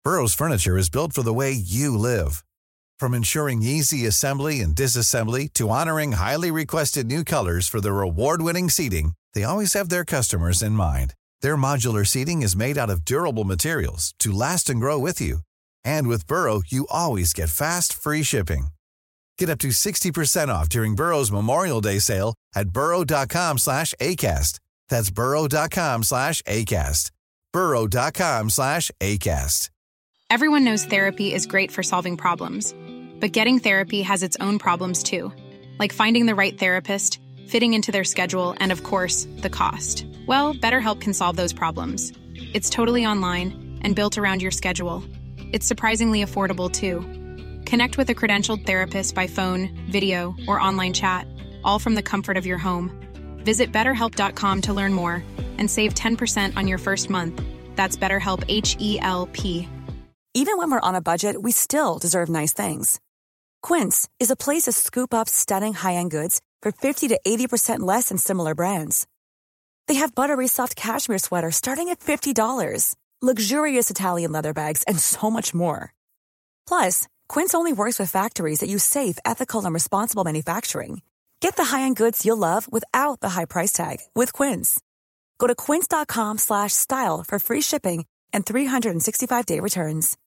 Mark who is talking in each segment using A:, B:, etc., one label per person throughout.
A: Burrow's furniture is built for the way you live. From ensuring easy assembly and disassembly to honoring highly requested new colors for their award-winning seating, they always have their customers in mind. Their modular seating is made out of durable materials to last and grow with you. And with Burrow, you always get fast, free shipping. Get up to 60% off during Burrow's Memorial Day sale at burrow.com/ACAST. That's burrow.com/ACAST. burrow.com/ACAST.
B: Everyone knows therapy is great for solving problems, but getting therapy has its own problems too, like finding the right therapist, fitting into their schedule, and of course, the cost. Well, BetterHelp can solve those problems. It's totally online and built around your schedule. It's surprisingly affordable too. Connect with a credentialed therapist by phone, video, or online chat, all from the comfort of your home. Visit BetterHelp.com to learn more and save 10% on your first month. That's BetterHelp, H-E-L-P.
C: Even when we're on a budget, we still deserve nice things. Quince is a place to scoop up stunning high-end goods for 50 to 80% less than similar brands. They have buttery soft cashmere sweaters starting at $50, luxurious Italian leather bags, and so much more. Plus, Quince only works with factories that use safe, ethical, and responsible manufacturing. Get the high-end goods you'll love without the high price tag with Quince. Go to quince.com/style for free shipping and 365-day returns.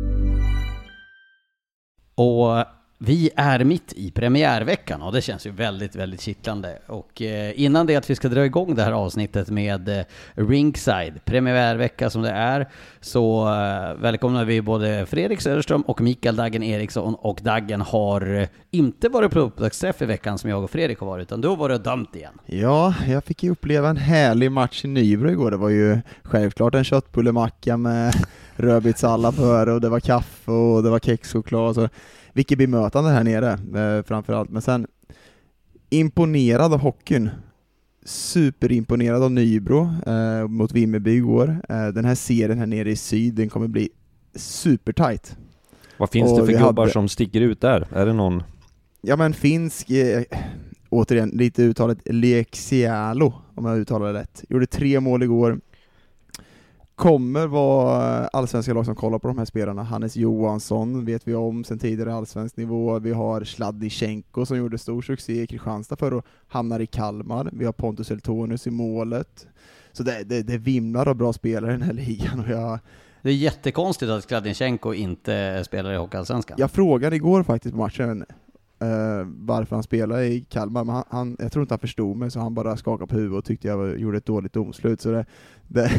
D: Och vi är mitt i premiärveckan och det känns ju väldigt, väldigt kittlande. Och innan det att vi ska dra igång det här avsnittet med Ringside, premiärvecka som det är, så välkomnar vi både Fredrik Söderström och Mikael Daggen Eriksson. Och Daggen har inte varit på upptaktsträff i veckan som jag och Fredrik har varit, utan då var det dömt igen.
E: Ja, jag fick ju uppleva en härlig match i Nybro igår. Det var ju självklart en köttbullemacka med rödbetssallad före, och det var kaffe och det var kexchoklad. Så vilket bemötande här nere framförallt. Men sen imponerad av hockeyn. Superimponerad av Nybro mot Vimmerby igår. Den här serien här nere i syd, den kommer bli supertight.
F: Vad finns det för gubbar som sticker ut där? Är det någon?
E: Ja, men finsk, återigen lite uttalet Lexialo, om jag uttalar det rätt. Gjorde 3 mål igår. Kommer vara allsvenska lag som kollar på de här spelarna. Hannes Johansson vet vi om sen tidigare allsvensk nivå. Vi har Sladichenko som gjorde stor succé i Kristianstad för att hamna i Kalmar. Vi har Pontus Eltonus i målet. Så det vimlar av bra spelare i den här ligan. Och
D: det är jättekonstigt att Sladichenko inte spelar i Hockeyallsvenskan.
E: Jag frågade igår faktiskt på matchen varför han spelar i Kalmar, men jag tror inte han förstod mig, så han bara skakade på huvudet och tyckte jag gjorde ett dåligt domslut. Så det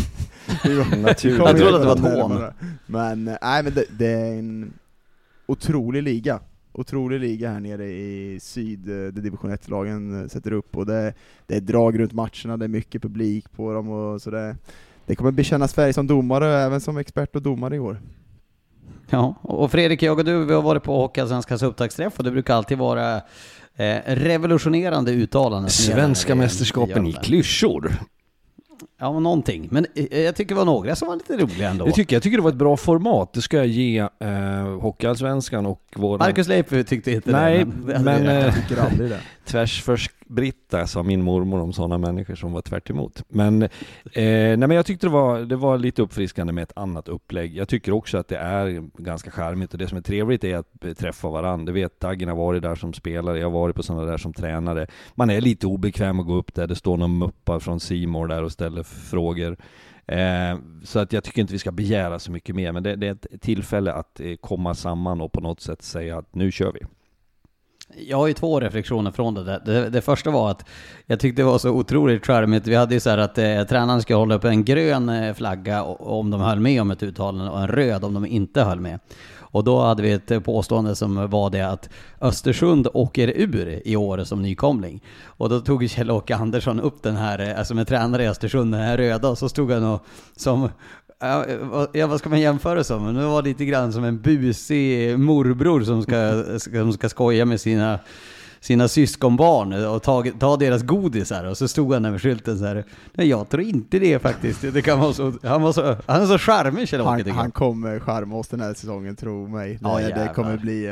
D: jag trodde att det var ett hån.
E: Men det är en otrolig liga här nere i syd, där division 1-lagen sätter upp, och det är drag runt matcherna, det är mycket publik på dem, och så det kommer bekännas färg som domare och även som expert och domare i år.
D: Ja, och Fredrik, jag och du, vi har varit på Hockeyallsvenskans upptaktsträff, och det brukar alltid vara revolutionerande uttalanden.
F: Svenska mästerskapen i klyschor.
D: Ja, någonting. Men jag tycker det var några som var lite roliga ändå.
F: Jag tycker det var ett bra format. Det ska jag ge Hockeyallsvenskan och vår...
D: Marcus Leif tyckte inte
F: nej,
D: det.
F: Men
E: jag tycker aldrig det.
F: Tvärs för Britta, sa min mormor om sådana människor som var tvärt emot. Men jag tyckte det var lite uppfriskande med ett annat upplägg. Jag tycker också att det är ganska charmigt, och det som är trevligt är att träffa varandra. Du vet, Daggen har varit där som spelare, jag har varit på sådana där som tränare. Man är lite obekväm att gå upp där. Det står någon muppar från Simor där och ställer frågor. Så att jag tycker inte vi ska begära så mycket mer, men det är ett tillfälle att komma samman och på något sätt säga att nu kör vi.
D: Jag har ju 2 reflektioner från det där. Det första var att jag tyckte det var så otroligt charmigt. Vi hade ju så här att tränaren skulle hålla upp en grön flagga om de höll med om ett uttalande, och en röd om de inte höll med. Och då hade vi ett påstående som var det att Östersund åker ur i år som nykomling. Och då tog Kjell-Åke Andersson upp den här, alltså med tränare i Östersund, den här röda, och så stod han och som... Ja, vad ska man jämföra som? Men det var lite grann som en busig morbror som ska skoja med sina syskonbarn och ta deras godis här, och så stod han där med skylten så här. Nej, jag tror inte det faktiskt. Det kan vara så, han är så charmig, Kjell-Åke.
E: Han kommer charma oss den här säsongen, tro mig.
D: Ja,
E: det kommer bli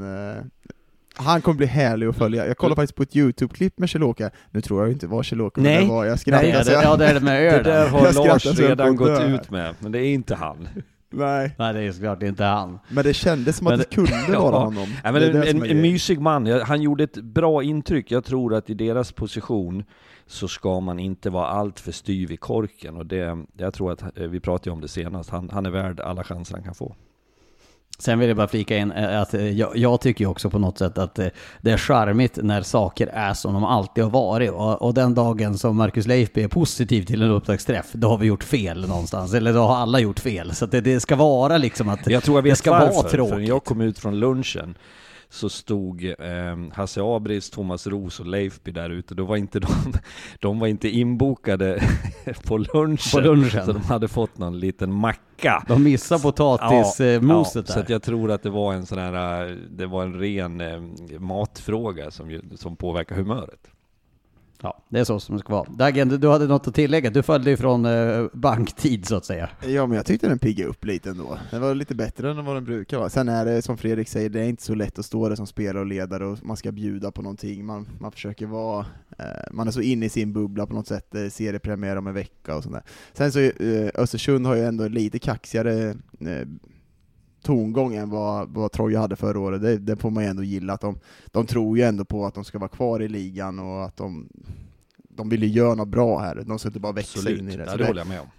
E: han kommer bli härlig att följa. Jag kollade faktiskt på ett YouTube-klipp med Kjell-Åke. Nu tror jag inte var Kjell-Åke, men det var jag skrattade.
D: Det är det med
F: det där har Lars redan gått ut med, men det är inte han.
E: Nej,
D: det är såklart inte han.
E: men det kändes som att det kunde vara honom.
F: Ja, men en mysig man. Han gjorde ett bra intryck. Jag tror att i deras position så ska man inte vara allt för styv i korken. Och jag tror att, vi pratade om det senast, han är värd alla chanser han kan få.
D: Sen vill jag bara flika in att jag tycker ju också på något sätt att det är charmigt när saker är som de alltid har varit. Och den dagen som Marcus Leifby är positiv till en upptaktsträff, då har vi gjort fel någonstans. Eller då har alla gjort fel. Så att det ska vara liksom att
F: jag tror jag vet
D: det ska
F: varför,
D: vara tråkigt.
F: För när jag kom ut från lunchen så stod Hasse Abris, Thomas Roos och Leifby där ute. Då var inte de var inte inbokade på lunchen. Så de hade fått någon liten macka.
D: De missade potatismoset där.
F: Så att jag tror att det var en sån här, det var en ren matfråga som påverkar humöret.
D: Ja, det är så som det ska vara. Dagen, du hade något att tillägga. Du följde ifrån banktid så att säga.
E: Ja, men jag tyckte den piggade upp lite ändå. Den var lite bättre än vad den brukar vara. Sen är det, som Fredrik säger, det är inte så lätt att stå där som spelare och ledare och man ska bjuda på någonting. Man försöker vara, man är så inne i sin bubbla på något sätt, seriepremiär om en vecka och sånt där. Sen så Östersund har ju ändå lite kaxigare tongång än vad Troja hade förra året. Det får man ju ändå gilla, att de tror ju ändå på att de ska vara kvar i ligan och att de vill ju göra något bra här. De ska inte bara växa
F: Absolut.
E: in i det.
F: Ja, det håller jag med om.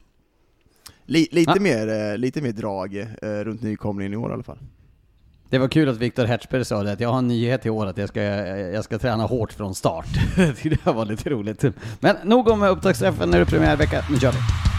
E: Lite mer drag runt nykomlingen i år i alla fall.
D: Det var kul att Viktor Hertzberg sa det, att jag har en nyhet i år att jag ska träna hårt från start. Det var lite roligt. Men nog om upptaktsträffen, när det är premiärvecka. Nu kör vi!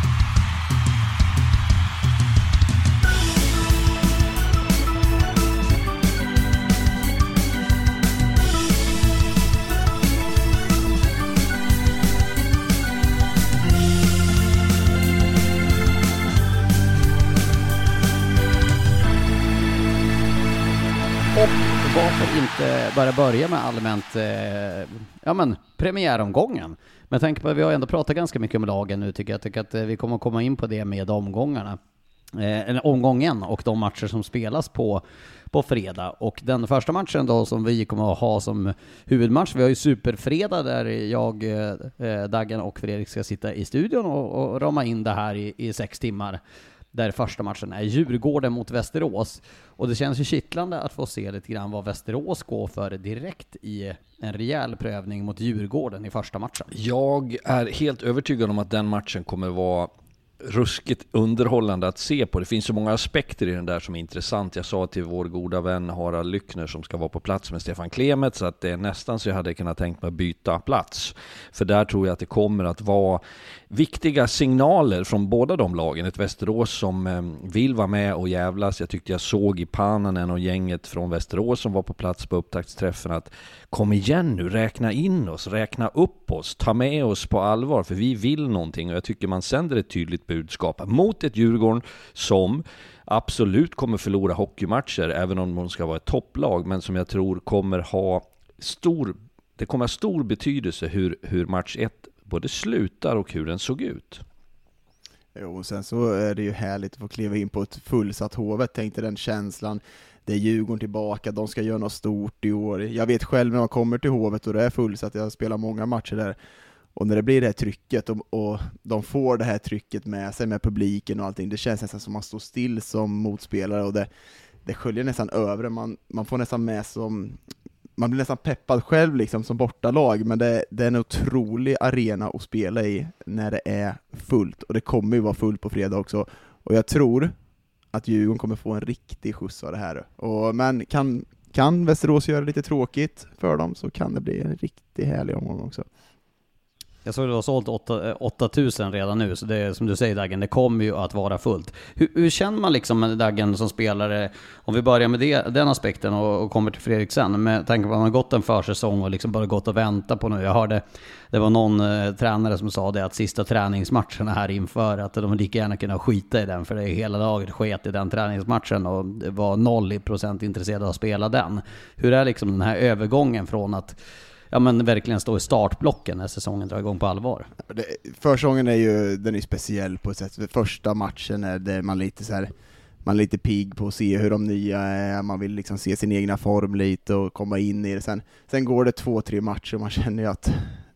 D: Och varför inte börja med allmänt premiäromgången. Men tänk på att vi har ändå pratat ganska mycket om lagen nu, tycker jag. Jag tycker att vi kommer komma in på det med omgångarna. Omgången och de matcher som spelas på fredag. Och den första matchen då som vi kommer att ha som huvudmatch, vi har ju superfredag där jag, Dagen och Fredrik ska sitta i studion och rama in det här i 6 timmar. Där första matchen är Djurgården mot Västerås. Och det känns ju kittlande att få se lite grann vad Västerås går för direkt i en rejäl prövning mot Djurgården i första matchen.
F: Jag är helt övertygad om att den matchen kommer vara ruskigt underhållande att se på. Det finns så många aspekter i den där som är intressant. Jag sa till vår goda vän Harald Lyckner som ska vara på plats med Stefan Klemet, så att det är nästan så jag hade kunnat tänkt mig att byta plats. För där tror jag att det kommer att vara viktiga signaler från båda de lagen. Ett Västerås som vill vara med och jävlas. Jag tyckte jag såg i Pananen och gänget från Västerås som var på plats på upptaktsträffen att kom igen nu, räkna in oss, räkna upp oss, ta med oss på allvar, för vi vill någonting. Och jag tycker man sänder ett tydligt budskap mot ett Djurgården som absolut kommer förlora hockeymatcher, även om de ska vara ett topplag, men som jag tror kommer ha stor betydelse hur match 1 både slutar och hur den såg ut.
E: Jo, och sen så är det ju härligt att få kliva in på ett fullsatt Hovet. Tänkte den känslan, det är Djurgården tillbaka, de ska göra något stort i år. Jag vet själv när man kommer till Hovet och det är fullsatt, jag spelar många matcher där. Och när det blir det här trycket och de får det här trycket med sig med publiken och allting, det känns nästan som man står still som motspelare och det sköljer nästan över. Man får nästan med man blir nästan peppad själv liksom som bortalag, men det är en otrolig arena att spela i när det är fullt, och det kommer ju vara fullt på fredag också. Och jag tror att Djurgården kommer få en riktig skjuts av det här. Men kan Västerås göra det lite tråkigt för dem, så kan det bli en riktigt härlig omgång också.
D: Jag såg att du har sålt 8000 redan nu, så det är som du säger Dagen, det kommer ju att vara fullt. Hur känner man liksom Dagen som spelare, om vi börjar med den aspekten och kommer till Fredrik sen, med tanke på att man har gått en försäsong och liksom bara gått och vänta på nu. Jag hörde, det var någon tränare som sa det, att sista träningsmatcherna här inför, att de lika gärna kunna skita i den, för det är hela laget sket i den träningsmatchen och det var 0% intresserade av att spela den. Hur är liksom den här övergången från att verkligen stå i startblocken när säsongen drar igång på allvar?
E: Försäsongen den är speciell på ett sätt. Första matchen är det man är lite pigg på att se hur de nya är, man vill liksom se sin egna form lite och komma in i det. Sen går det 2-3 matcher och man känner ju att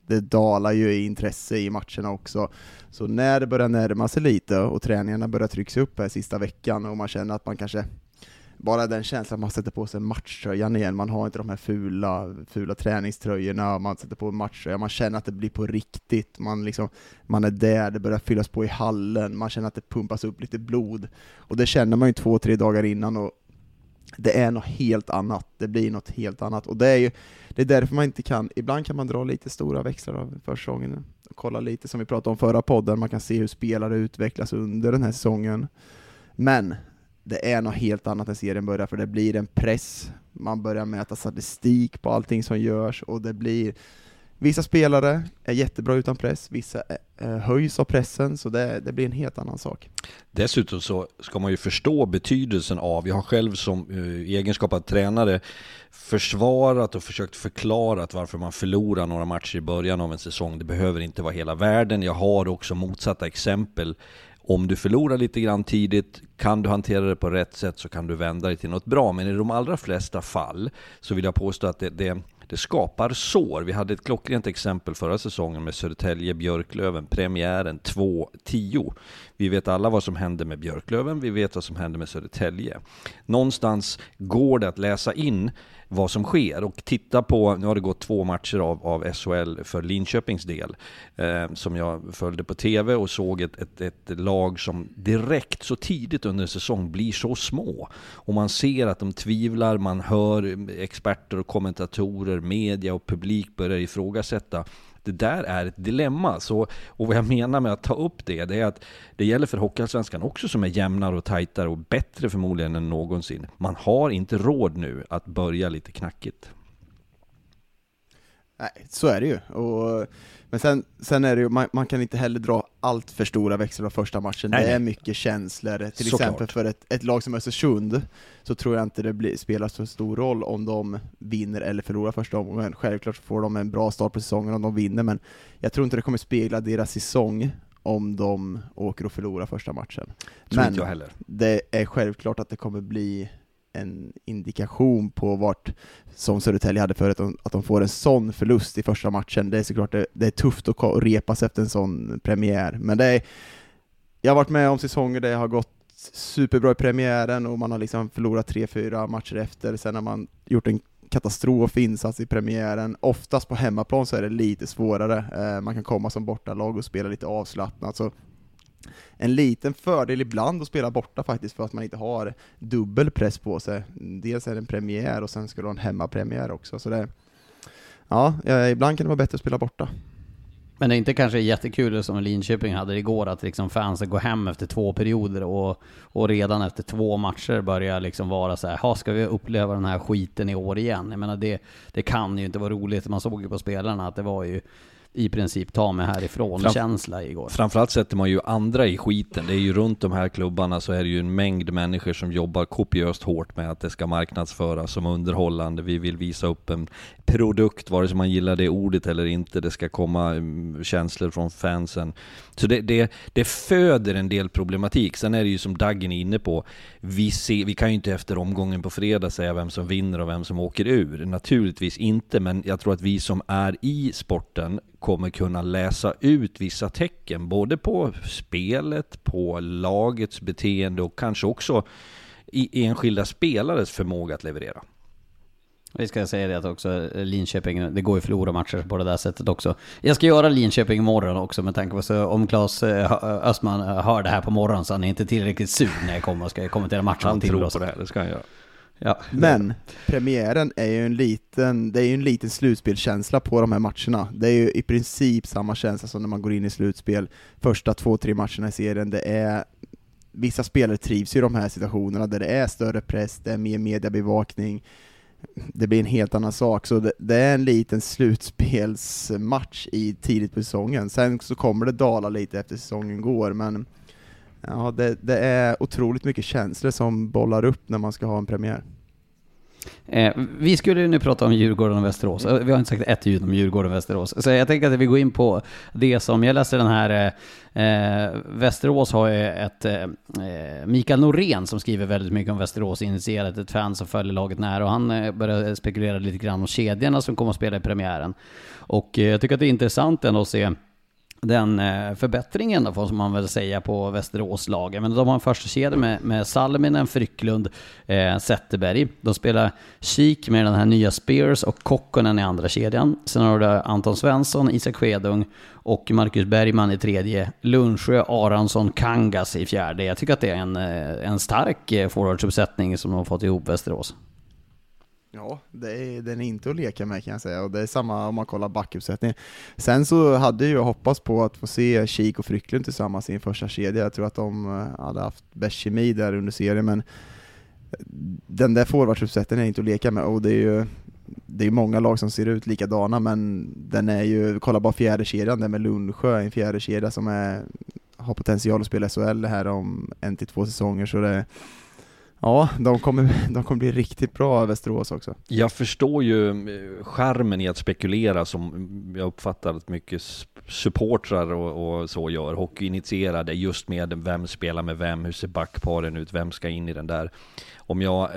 E: det dalar ju i intresse i matcherna också. Så när det börjar närma sig lite och träningarna börjar tryckas upp här sista veckan och man känner att man kanske, bara den känslan att man sätter på sig matchtröjan igen, man har inte de här fula träningströjorna, man sätter på matchtröja, man känner att det blir på riktigt, man är där, det börjar fyllas på i hallen, man känner att det pumpas upp lite blod, och det känner man ju 2-3 dagar innan, och det är något helt annat, det blir något helt annat, och det är därför man inte kan, ibland kan man dra lite stora växlar av försäsongen, kolla lite som vi pratade om förra podden, man kan se hur spelare utvecklas under den här säsongen, men det är något helt annat när serien börjar, för det blir en press, man börjar mäta statistik på allting som görs, och det blir, vissa spelare är jättebra utan press, vissa höjs av pressen, så det blir en helt annan sak.
F: Dessutom så ska man ju förstå betydelsen av, jag har själv som egenskap av tränare försvarat och försökt förklara varför man förlorar några matcher i början av en säsong. Det behöver inte vara hela världen. Jag har också motsatta exempel. Om du förlorar lite grann tidigt, kan du hantera det på rätt sätt så kan du vända det till något bra. Men i de allra flesta fall så vill jag påstå att det skapar sår. Vi hade ett klockrent exempel förra säsongen med Södertälje-Björklöven, premiären 2-10. Vi vet alla vad som hände med Björklöven, vi vet vad som hände med Södertälje. Någonstans går det att läsa in vad som sker och titta på, nu har det gått 2 matcher av SHL för Linköpings del som jag följde på tv och såg ett lag som direkt så tidigt under säsong blir så små, och man ser att de tvivlar, man hör experter och kommentatorer, media och publik börjar ifrågasätta. Det där är ett dilemma. Så, och vad jag menar med att ta upp det är att det gäller för Hockeyallsvenskan också, som är jämnare och tajtare och bättre förmodligen än någonsin. Man har inte råd nu att börja lite knackigt.
E: Nej, så är det ju. Men sen är det ju, man kan inte heller dra allt för stora växlar av första matchen. Nej. Det är mycket känslor. Till exempel för ett lag som Östersund så tror jag inte det spelar så stor roll om de vinner eller förlorar första omgången. Självklart får de en bra start på säsongen om de vinner, men jag tror inte det kommer spegla deras säsong om de åker och förlorar första matchen.
F: Tror inte jag heller.
E: Det är självklart att det kommer bli en indikation på vart, som Södertälje hade förut, att de får en sån förlust i första matchen. Det är såklart det är tufft att repas efter en sån premiär, men jag har varit med om säsonger där jag har gått superbra i premiären och man har liksom förlorat 3-4 matcher efter, sen har man gjort en katastrofinsats i premiären. Oftast på hemmaplan så är det lite svårare, man kan komma som bortalag och spela lite avslappnat, så en liten fördel ibland att spela borta faktiskt, för att man inte har dubbel press på sig. Dels är det en premiär och sen ska du ha en hemmapremiär också. Så ibland kan det vara bättre att spela borta.
D: Men det är inte kanske jättekul som Linköping hade igår, att liksom fansen går hem efter 2 perioder och redan efter 2 matcher börjar liksom vara så här, ska vi uppleva den här skiten i år igen? Jag menar, det kan ju inte vara roligt. Man såg ju på spelarna att det var ju i princip ta mig härifrån känsla igår. Framförallt
F: sätter man ju andra i skiten. Det är ju runt de här klubbarna så är det ju en mängd människor som jobbar kopiöst hårt med att det ska marknadsföras som underhållande. Vi vill visa upp en produkt, vare sig man gillar det ordet eller inte. Det ska komma känslor från fansen. Så det föder en del problematik. Sen är det ju som Daggen är inne på, vi kan ju inte efter omgången på fredag säga vem som vinner och vem som åker ur. Naturligtvis inte, men jag tror att vi som är i sporten kommer kunna läsa ut vissa tecken, både på spelet, på lagets beteende och kanske också i enskilda spelares förmåga att leverera.
D: Vi ska säga det att också Linköping, det går ju förlora matcher på det där sättet också. Jag ska göra Linköping imorgon också, med tanke på så om Claes Östman hör det här på morgonen så han är inte tillräckligt sur när jag kommer och ska kommentera matchen.
F: Han tror på det här, det ska han göra.
E: Ja. Men premiären är ju en liten slutspelkänsla på de här matcherna. Det är ju i princip samma känsla som när man går in i slutspel. Första 2-3 matcherna i serien, det är vissa spelare trivs i de här situationerna där det är större press, det är mer mediebevakning. Det blir en helt annan sak, så det är en liten slutspelsmatch i tidigt på säsongen. Sen så kommer det dala lite efter säsongen går, men ja, det är otroligt mycket känslor som bollar upp när man ska ha en premiär.
D: Vi skulle nu prata om Djurgården och Västerås. Vi har inte sagt ett ljud om Djurgården och Västerås. Så jag tänker att vi går in på det som jag läste den här Västerås har ju ett Mikael Norén som skriver väldigt mycket om Västerås, initierat ett fan som följer laget nära, och han började spekulera lite grann om kedjorna som kommer att spela i premiären. Och jag tycker att det är intressant ändå att se den förbättringen då, som man väl säga på Västeråslagen. Men de har en första kedja med Salminen, Frycklund, Zetterberg. De spelar Kik med den här nya Spears och Kokkonen i andra kedjan. Sen har du Anton Svensson, Isak Skedung och Marcus Bergman i tredje. Lundsjö, Aransson, Kangas i fjärde. Jag tycker att det är en stark forwardsuppsättning som de har fått ihop Västerås.
E: Ja, den är inte att leka med, kan jag säga, och det är samma om man kollar backuppsättningen. Sen så hade jag hoppats på att få se Kik och Frycklund tillsammans i en första kedja. Jag tror att de hade haft bäst kemi där under serien, men den där forwardsuppsättningen är inte att leka med, och det är många lag som ser ut likadana, men den är ju, kolla bara fjärde kedjan där med Lundsjö, en fjärde kedja som har potential att spela SHL här om 1-2 säsonger, så det ja, de kommer bli riktigt bra Västerås också. Jag
F: förstår ju skärmen i att spekulera, som jag uppfattar att mycket supportrar och så gör. Hockeyinitierade, just med vem spelar med vem, hur ser backparen ut, vem ska in i den där. Om jag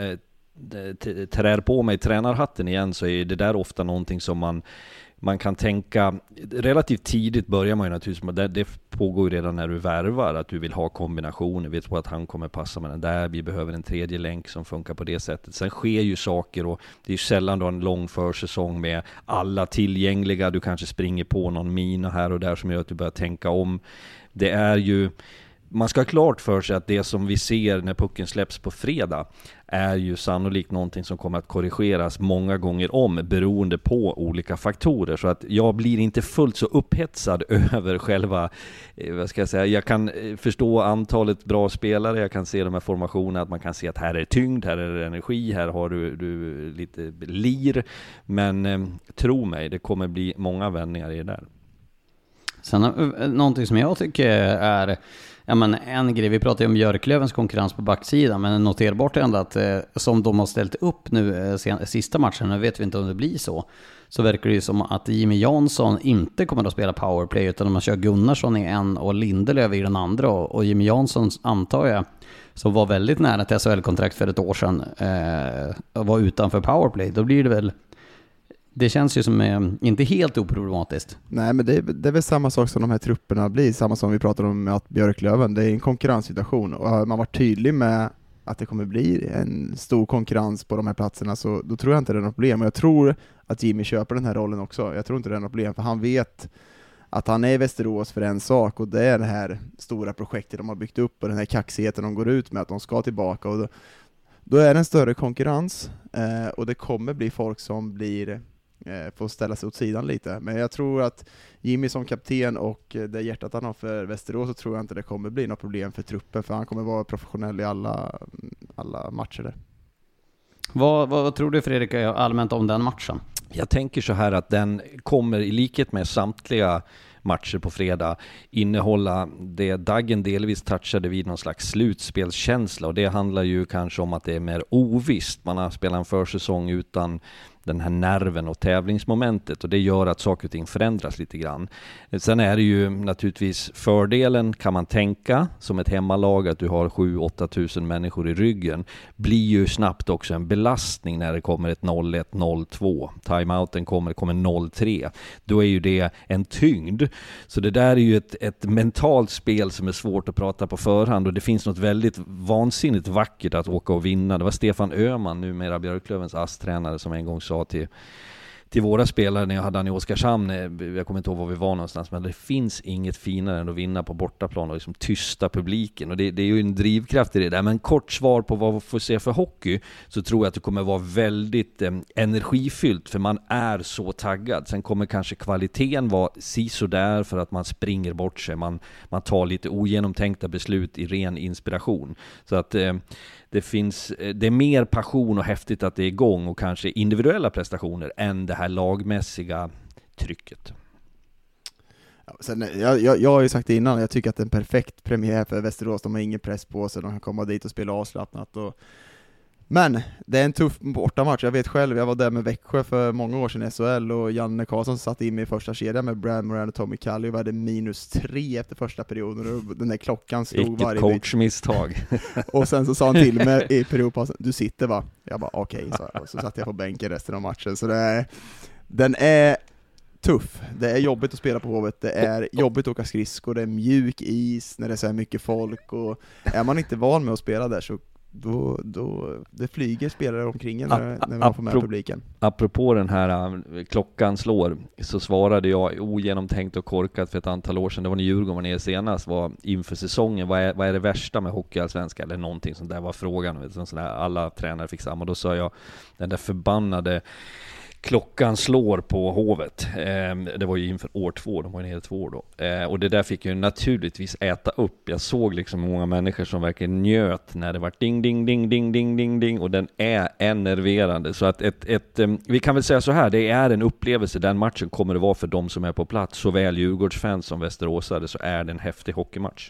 F: trär på mig tränarhatten igen, så är det där ofta någonting som man kan tänka relativt tidigt. Börjar man ju naturligtvis, det pågår ju redan när du värvar, att du vill ha kombinationer, vet på att han kommer passa med den där, vi behöver en tredje länk som funkar på det sättet. Sen sker ju saker, och det är ju sällan du har en lång försäsong med alla tillgängliga, du kanske springer på någon mina här och där som gör att du börjar tänka om. Det är ju, man ska ha klart för sig att det som vi ser när pucken släpps på fredag är ju sannolikt någonting som kommer att korrigeras många gånger om, beroende på olika faktorer. Så att jag blir inte fullt så upphetsad över själva, vad ska jag säga, jag kan förstå antalet bra spelare, jag kan se de här formationerna, att man kan se att här är tyngd, här är energi, här har du lite lir, men tro mig, det kommer bli många vändningar i det där.
D: Sen någonting som jag tycker är en grej, vi pratar ju om Björklövens konkurrens på backsidan, men noterbart är ändå att som de har ställt upp nu sista matchen, nu vet vi inte om det blir så verkar det ju som att Jimmy Jansson inte kommer att spela powerplay, utan man kör Gunnarsson i en och Lindelöf i den andra, och Jimmy Jansson, antar jag, som var väldigt nära till SHL-kontrakt för ett år sedan, var utanför powerplay. Då blir det väl, det känns ju som inte helt oproblematiskt.
E: Nej, men det är väl samma sak som de här trupperna blir, samma som vi pratade om med att Björklöven, det är en konkurrenssituation, och man var tydlig med att det kommer bli en stor konkurrens på de här platserna, så då tror jag inte det är något problem. Och jag tror att Jimmy köper den här rollen också. Jag tror inte det är något problem, för han vet att han är i Västerås för en sak, och det är det här stora projektet de har byggt upp och den här kaxigheten de går ut med att de ska tillbaka, och då är det en större konkurrens, och det kommer bli folk som får ställa sig åt sidan lite. Men jag tror att Jimmy som kapten och det hjärtat han har för Västerås, så tror jag inte det kommer bli något problem för truppen, för han kommer vara professionell i alla matcher där.
D: Vad tror du, Fredrik, allmänt om den matchen?
F: Jag tänker så här att den kommer, i likhet med samtliga matcher på fredag, innehålla det Daggen delvis touchade vid, någon slags slutspelskänsla, och det handlar ju kanske om att det är mer ovisst. Man har spelat en försäsong utan den här nerven och tävlingsmomentet, och det gör att saker och ting förändras lite grann. Sen är det ju naturligtvis fördelen, kan man tänka, som ett hemmalag, att du har 7-8 tusen människor i ryggen, blir ju snabbt också en belastning när det kommer ett 0-1, 0-2. Timeouten kommer 0-3. Då är ju det en tyngd. Så det där är ju ett mentalt spel som är svårt att prata på förhand, och det finns något väldigt vansinnigt vackert att åka och vinna. Det var Stefan Öhman, numera Björklövens ASS-tränare, som en gång sa till våra spelare när jag hade han i Oskarshamn, jag kommer inte ihåg var vi var någonstans, men det finns inget finare än att vinna på bortaplan och liksom tysta publiken, och det är ju en drivkraft i det där. Men kort svar på vad vi får se för hockey, så tror jag att det kommer vara väldigt energifyllt, för man är så taggad. Sen kommer kanske kvaliteten vara sisådär, för att man springer bort sig, man tar lite ogenomtänkta beslut i ren inspiration, så att det är mer passion och häftigt att det är igång, och kanske individuella prestationer än det här lagmässiga trycket.
E: Ja, sen, jag har ju sagt det innan, jag tycker att det är en perfekt premiär för Västerås. De har ingen press på sig, de kan komma dit och spela avslappnat. Men det är en tuff bortamatch. Jag vet själv, jag var där med Växjö för många år sedan i SHL och Janne Karlsson satt in i första kedjan med Brad Moran och Tommy Kallio och hade -3 efter första perioden och den där klockan stod varje bit.
F: Vilket coachmisstag.
E: Och sen så sa han till mig i periodpausen, du sitter va? Jag bara okej, och så satt jag på bänken resten av matchen. Så den är tuff. Det är jobbigt att spela på Hovet, det är jobbigt att åka skridskor, det är mjuk is när det är så här mycket folk och är man inte van med att spela där så då det flyger spelare omkring en när man får med publiken.
F: Apropå den här klockan slår, så svarade jag ogenomtänkt och korkat för ett antal år sedan, det var när Djurgården var nere senast, var inför säsongen, vad är det värsta med hockeyallsvenska eller någonting sånt där var frågan, sån där alla tränare fick samma, och då sa jag den där förbannade klockan slår på Hovet. Det var ju inför år 2, de var ju nere 2 år då. Och det där fick jag ju naturligtvis äta upp. Jag såg liksom många människor som verkligen njöt när det var ding, ding, ding, ding, ding, ding, ding. Och den är enerverande. Så att vi kan väl säga så här, det är en upplevelse. Den matchen kommer det vara för de som är på plats. Såväl Djurgårdsfans som Västeråsare, så är det en häftig hockeymatch.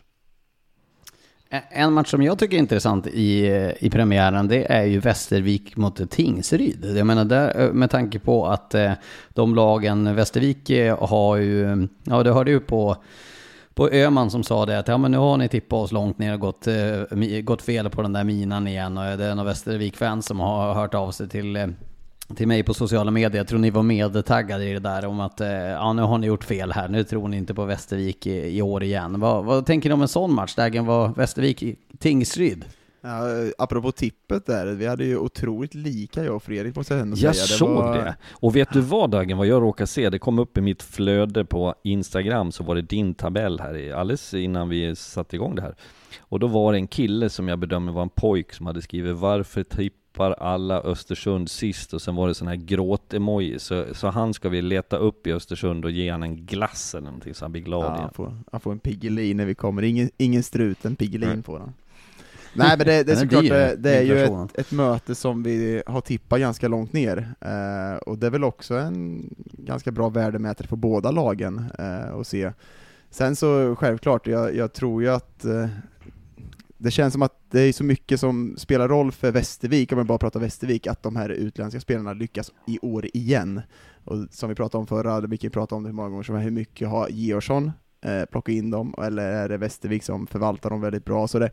D: En match som jag tycker är intressant i premiären, det är ju Västervik mot Tingsryd. Jag menar där, med tanke på att de lagen, Västervik har ju, ja, det hörde ju på Öman som sa det att ja, men nu har ni tippat oss långt ner och gått fel på den där minan igen, och det är en Västervik-fans som har hört av sig till mig på sociala medier. Jag tror ni var medtaggade i det där om att ja, nu har ni gjort fel här, nu tror ni inte på Västervik i år igen. Vad tänker ni om en sån match? Dagen var Västervik-Tingsryd.
E: Ja, apropå tippet där, vi hade ju otroligt lika jag och Fredrik måste jag ändå säga.
F: Jag såg det. Och vet du vad Dagen, vad jag råkar se, det kom upp i mitt flöde på Instagram, så var det din tabell här alldeles innan vi satte igång det här. Och då var det en kille som jag bedömer var en pojk som hade skrivit varför tippar alla Östersund sist, och sen var det sån här gråt-emoji, så han ska vi leta upp i Östersund och ge han en glass eller någonting så han blir glad igen.
E: Han får en Piggelin när vi kommer, ingen strut, en Piggelin på den. Nej, men det är såklart, det är ju ett möte som vi har tippat ganska långt ner, och det är väl också en ganska bra värdemätare för båda lagen att se. Sen så självklart, jag tror ju att det känns som att det är så mycket som spelar roll för Västervik, om man bara pratar Västervik, att de här utländska spelarna lyckas i år igen. Och som vi pratade om förra, vi kan prata om det många gånger, som hur mycket har Georgsson plockat in dem, eller är det Västervik som förvaltar dem väldigt bra. Så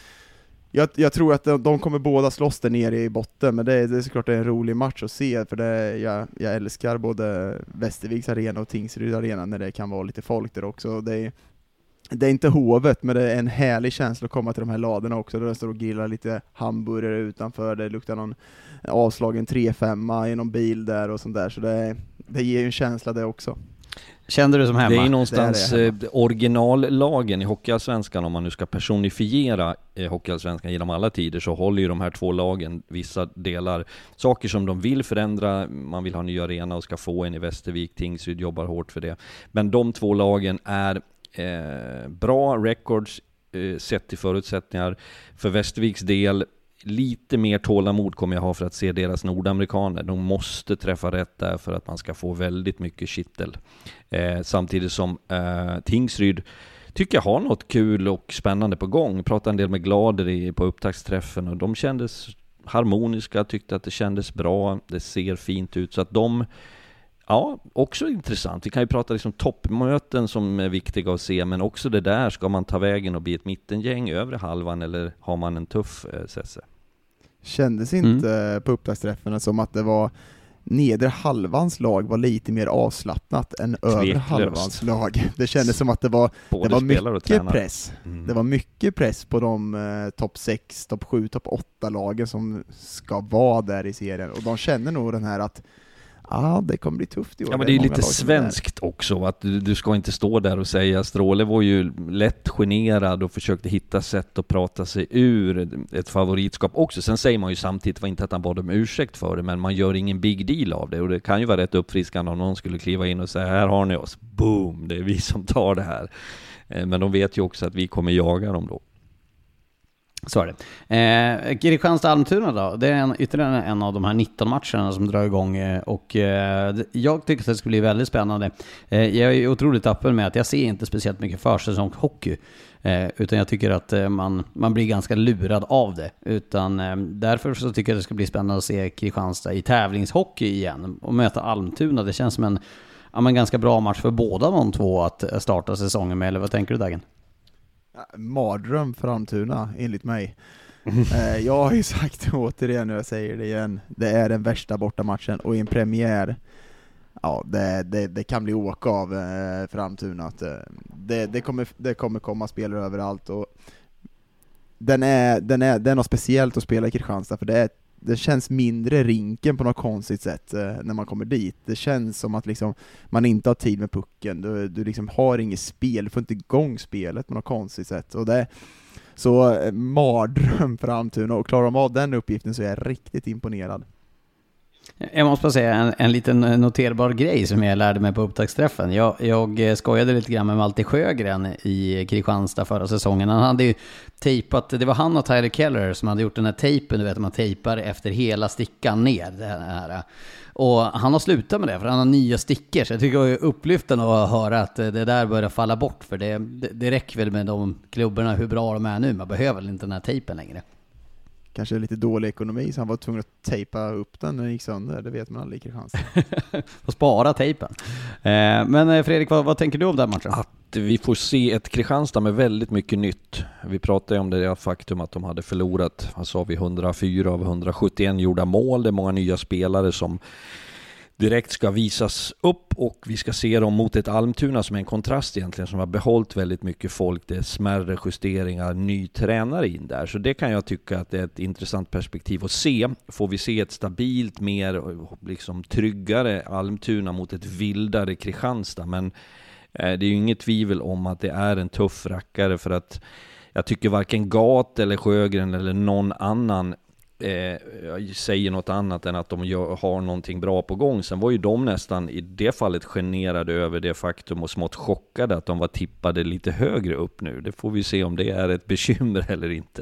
E: jag tror att de kommer båda slåss där nere i botten, men det är såklart en rolig match att se, för jag älskar både Västerviks arena och Tingsryd arena när det kan vara lite folk där också. Det är inte Hovet, men det är en härlig känsla att komma till de här ladorna också, där det står och grillar lite hamburgare utanför, det luktar någon avslagen 3-5 i någon bil där och sånt där, så det ger ju en känsla det också.
D: Kände du som hemma?
F: Det är någonstans originallagen i Hockeyallsvenskan, om man nu ska personifiera Hockeyallsvenskan genom alla tider, så håller ju de här två lagen vissa delar, saker som de vill förändra, man vill ha nya arena och ska få en i Västervik, Tingsryd jobbar hårt för det, men de två lagen är bra records sett till förutsättningar. För Västerviks del, lite mer tålamod kommer jag ha för att se deras nordamerikaner. De måste träffa rätt där för att man ska få väldigt mycket kittel. Samtidigt som Tingsryd tycker jag har något kul och spännande på gång. Jag pratade en del med Glader på upptaktsträffen och de kändes harmoniska, tyckte att det kändes bra, det ser fint ut, så att ja, också intressant. Vi kan ju prata liksom toppmöten som är viktiga att se, men också det där, ska man ta vägen och bli ett mittengäng övre halvan, eller har man en tuff sesse?
E: Kändes inte på upptaktsträffen som att det var nedre halvans lag var lite mer avslappnat än övre halvans lag. Det kändes som att det var mycket press. Det var mycket press på de topp 6, topp 7, topp 8 lagen som ska vara där i serien, och de känner nog den här att det kommer bli tufft i år.
F: Ja, men det är lite svenskt också, att du ska inte stå där och säga, Stråle var ju lätt generad och försökte hitta sätt att prata sig ur ett favoritskap också. Sen säger man ju samtidigt, var inte att han bad om ursäkt för det, men man gör ingen big deal av det, och det kan ju vara rätt uppfriskande om någon skulle kliva in och säga, här har ni oss, boom, det är vi som tar det här. Men de vet ju också att vi kommer jaga dem då.
D: Så är det. Kristianstad-Almtuna då, det är ytterligare en av de här 19 matcherna som drar igång, och jag tycker att det ska bli väldigt spännande. Jag är otroligt öppen med att jag ser inte speciellt mycket försäsongshockey. Utan jag tycker att man blir ganska lurad av det. Utan därför så tycker jag det ska bli spännande att se Kristianstad i tävlingshockey igen och möta Almtuna. Det känns som en ganska bra match för båda de två att starta säsongen med. Eller vad tänker du, Dagen?
E: Mardröm för Almtuna, enligt mig. Jag har ju sagt återigen, och jag säger det igen, det är den värsta bortamatchen, och i en premiär, ja, det kan bli åka av för Almtuna. Att det kommer komma spelare överallt, och den är något speciellt att spela i Kristianstad, för det känns mindre rinken på något konstigt sätt när man kommer dit. Det känns som att liksom, man inte har tid med pucken, du liksom har inget spel, du får inte igång spelet på något konstigt sätt. Och så mardröm för Almtuna, och klarar de av den uppgiften så är jag riktigt imponerad.
D: Jag måste bara säga en liten noterbar grej som jag lärde mig på upptaktsträffen. Jag skojade lite grann med Malte Sjögren i Kristianstad förra säsongen. Han hade ju tejpat, det var han och Tyler Keller som hade gjort den här tejpen, du vet, man tejpar efter hela stickan ner det här. Och han har slutat med det, för han har nya stickor. Så jag tycker det är upplyftande att höra att det där börjar falla bort. För det räcker väl med de klubbarna hur bra de är nu. Man behöver väl inte den här tejpen längre. Kanske
E: lite dålig ekonomi, så han var tvungen att tejpa upp den när den gick sönder. Det vet man aldrig i chans.
D: Och spara tejpen. Men Fredrik, vad tänker du om den matchen?
F: Att vi får se ett Kristianstad med väldigt mycket nytt. Vi pratade ju om det faktum att de hade förlorat, vad sa vi, 104 av 171 gjorda mål. Det är många nya spelare som direkt ska visas upp, och vi ska se dem mot ett Almtuna som är en kontrast egentligen, som har behållit väldigt mycket folk. Det är smärre justeringar, ny tränare in där. Så det kan jag tycka att det är ett intressant perspektiv att se. Får vi se ett stabilt, mer liksom tryggare Almtuna mot ett vildare Kristianstad. Men det är ju inget tvivel om att det är en tuff rackare, för att jag tycker varken Gat eller Sjögren eller någon annan säger något annat än att de har någonting bra på gång. Sen var ju de nästan i det fallet generade över det faktum och smått chockade att de var tippade lite högre upp nu. Det får vi se om det är ett bekymmer eller inte.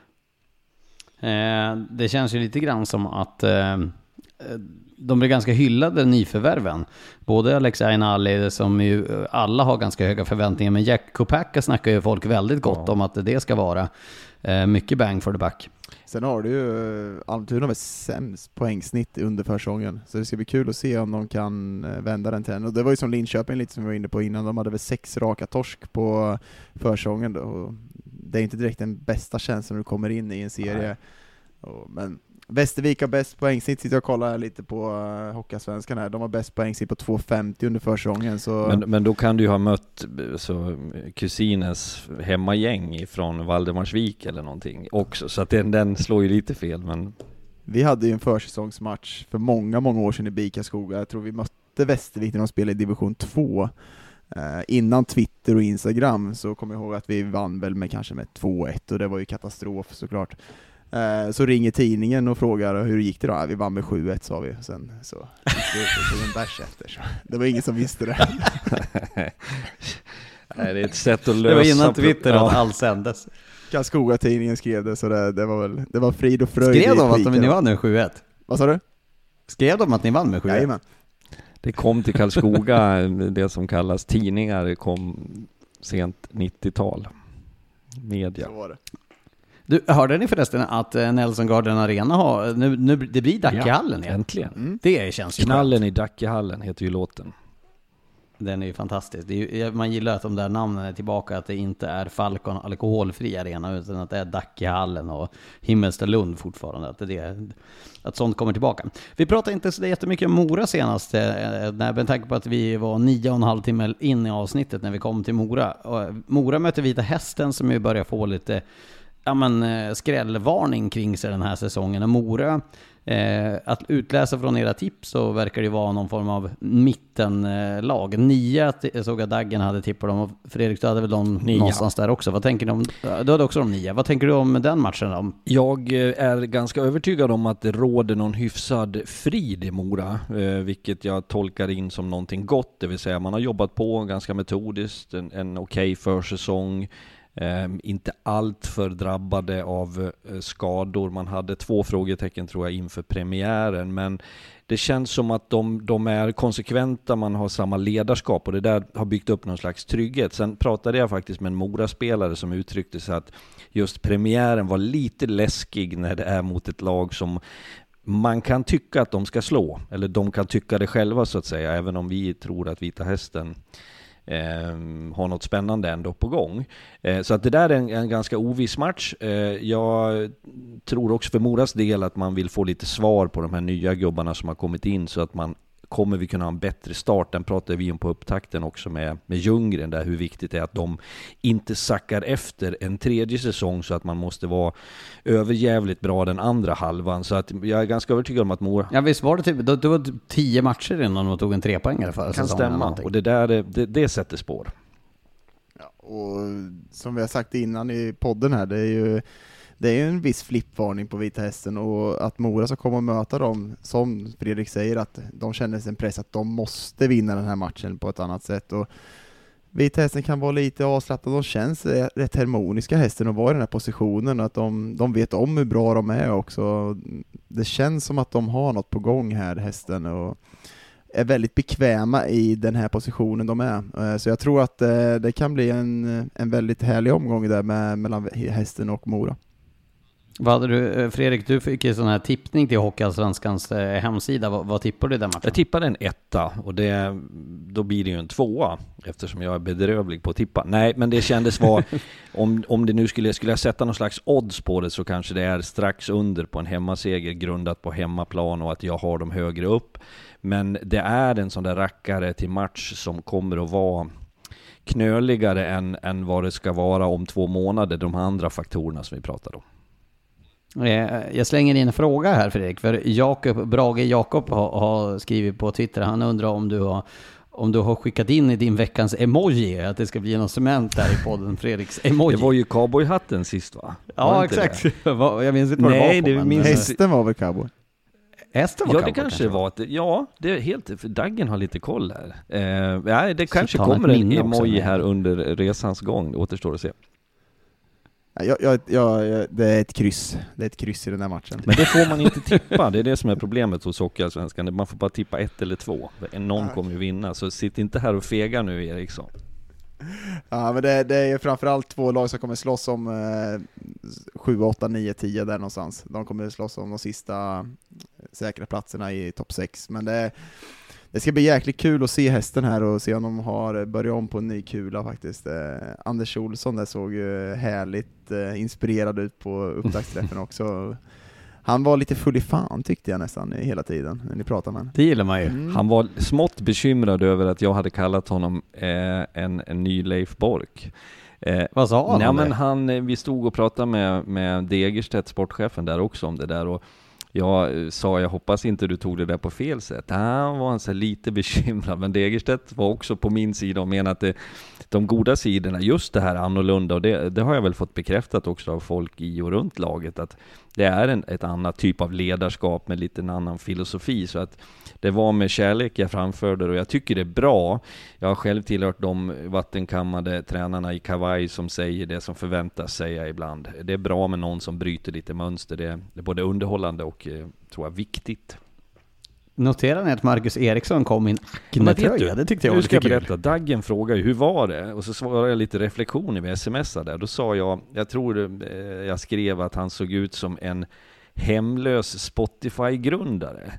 D: Det känns ju lite grann som att de blir ganska hyllade, nyförvärven. Både Alex Ainali, som ju alla har ganska höga förväntningar, men Jack Kopacka snackar ju folk väldigt gott om att det ska vara mycket bang for the buck.
E: Sen har du ju Almtuna med sämst poängsnitt under försäsongen, så det ska bli kul att se om de kan vända den till en. Och det var ju som Linköping lite som vi var inne på innan, de hade väl 6 raka torsk på försäsongen då. Och det är inte direkt den bästa känslan när du kommer in i en serie. Men Västervik har bäst poängsnitt, sitter jag och kollar lite på Hockeyallsvenskan här. De har bäst poängsnitt på 2,50 under försäsongen. Så...
F: Men då kan du ju ha mött kusinens hemmagäng från Valdemarsvik eller någonting också. Så att den slår ju lite fel. Men...
E: Vi hade ju en försäsongsmatch för många år sedan i Bikaskoga. Jag tror vi mötte Västervik när de spelade i division 2. Innan Twitter och Instagram så kommer jag ihåg att vi vann väl med 2-1, och det var ju katastrof såklart. Så ringer tidningen och frågar hur det gick det då? Vi vann med 7-1, sa vi. Sen så tog en bärs efter. Så det var ingen som visste det.
F: Nej, det är ett sätt att lösa.
D: Det var innan Twitter att allt sändes.
E: Karlskoga-tidningen skrev det, så det var frid och fröjd.
D: Skrev de att ni vann med 7-1?
E: Vad sa du?
D: Skrev de att ni vann med 7-1?
E: Jajamän.
F: Det kom till Karlskoga, det som kallas tidningar, det kom sent 90-tal. Media.
E: Så var det.
D: Du, hörde ni förresten att Nelson Garden Arena har, nu det blir Dackehallen igen?
F: Äntligen.
D: Det känns ju
F: Knallen i Dackehallen heter ju låten.
D: Den är ju fantastisk. Man gillar att de där namnen är tillbaka, att det inte är Falcon alkoholfri arena, utan att det är Dackehallen och Himmelstalund fortfarande. Att sånt kommer tillbaka. Vi pratade inte så jättemycket om Mora senast, med tanke på att vi var 9,5 timmar in i avsnittet när vi kom till Mora. Och Mora möter Vita Hästen, som ju börjar få lite skrällvarning kring sig den här säsongen. Och Mora, att utläsa från era tips, så verkar det vara någon form av mittenlag. 9, jag såg att Daggen hade tippat dem, och Fredrik, du hade väl dem någonstans där också. Vad tänker du om? Du hade också de 9. Vad tänker du om den matchen då?
F: Jag är ganska övertygad om att det råder någon hyfsad frid i Mora, vilket jag tolkar in som någonting gott. Det vill säga man har jobbat på ganska metodiskt, en okej försäsong. Inte allt för drabbade av skador. Man hade 2 frågetecken tror jag inför premiären, men det känns som att de är konsekventa, man har samma ledarskap och det där har byggt upp någon slags trygghet. Sen pratade jag faktiskt med en Mora-spelare som uttryckte sig att just premiären var lite läskig när det är mot ett lag som man kan tycka att de ska slå, eller de kan tycka det själva så att säga, även om vi tror att Vita Hästen har något spännande ändå på gång. Så att det där är en ganska oviss match. Jag tror också för Moras del att man vill få lite svar på de här nya gubbarna som har kommit in, så att man kommer vi kunna ha en bättre start. Den pratade vi om på upptakten också med Ljunggren där, hur viktigt det är att de inte sackar efter en tredje säsong så att man måste vara överjävligt bra den andra halvan. Så att jag är ganska övertygad om att Mora...
D: Ja visst var det typ, det var 10 matcher innan de tog en 3-poängare förra säsongen.
F: Kan stämma, och det där det sätter spår.
E: Ja, och som vi har sagt innan i podden här, det är ju en viss flippvarning på Vita Hästen, och att Mora ska komma och möta dem, som Fredrik säger, att de känner en press att de måste vinna den här matchen på ett annat sätt. Och Vita Hästen kan vara lite avslappnade, de känns rätt harmoniska hästen och vara i den här positionen, att de vet om hur bra de är också. Det känns som att de har något på gång här, hästen, och är väldigt bekväma i den här positionen de är. Så jag tror att det kan bli en väldigt härlig omgång där mellan hästen och Mora.
D: Vad hade du, Fredrik, du fick ju sån här tippning till Hockeyallsvenskans hemsida. Vad tippade du den matchen?
F: Jag tippade en 1 och då blir det ju en 2 eftersom jag är bedrövlig på att tippa. Nej, men det kändes vara om det nu skulle jag sätta någon slags odds på det, så kanske det är strax under på en hemmaseger grundat på hemmaplan och att jag har dem högre upp. Men det är en sån där rackare till match som kommer att vara knöligare än vad det ska vara om 2 månader, de andra faktorerna som vi pratade om.
D: Jag slänger in en fråga här, Fredrik, för Brage Jakob har skrivit på Twitter. Han undrar om du har skickat in i din veckans emoji, att det ska bli någon cement där i podden, Fredriks emoji.
F: Det var ju cowboyhatten sist, va?
D: Ja, exakt. Jag minns inte vad det var på.
E: Hästen var väl cowboy?
D: Hästen var
F: ja,
D: cowboy,
F: det kanske var. Ja, det är helt... För Daggen har lite koll här. Det kanske
D: så
F: kommer en emoji
D: också,
F: här under resans gång. Det återstår att se.
E: Det är ett kryss. Det är ett kryss i den här matchen.
F: Men det får man inte tippa. Det är det som är problemet hos Hockeyallsvenskan. Man får bara tippa 1 eller 2. Någon kommer ju vinna. Så sitt inte här och fega nu, Eriksson.
E: Ja, men det är framförallt 2 lag som kommer slåss om 7, 8, 9, 10 där någonstans. De kommer slåss om de sista säkra platserna i topp 6. Men det ska bli jäkligt kul att se hästen här och se om de har börjat om på en ny kula faktiskt. Anders Olsson där såg ju härligt inspirerad ut på upptaktsträffen också. Han var lite full i fan tyckte jag nästan hela tiden när ni pratade med honom.
D: Det gillar man ju.
F: Han var smått bekymrad över att jag hade kallat honom en ny Leif Bork.
D: Vad sa han?
F: Men vi stod och pratade med Degerstedt, sportchefen där också om det där, och jag sa, jag hoppas inte du tog det där på fel sätt. Han var så lite bekymrad, men Degerstedt var också på min sida och menade att de goda sidorna, just det här annorlunda, och det har jag väl fått bekräftat också av folk i och runt laget, att det är ett annat typ av ledarskap med lite en annan filosofi, så att det var med kärlek jag framförde det, och jag tycker det är bra. Jag har själv tillhört de vattenkammade tränarna i kavaj som säger det som förväntas säga ibland. Det är bra med någon som bryter lite mönster. Det är både underhållande och tror jag viktigt.
D: Noterar ni att Marcus Eriksson kom in knätröja? Det tyckte jag var lite kul.
F: Berätta. Daggen frågade hur var det? Och så svarade jag lite reflektioner med sms'ar där. Då sa jag tror jag skrev att han såg ut som en hemlös Spotify-grundare.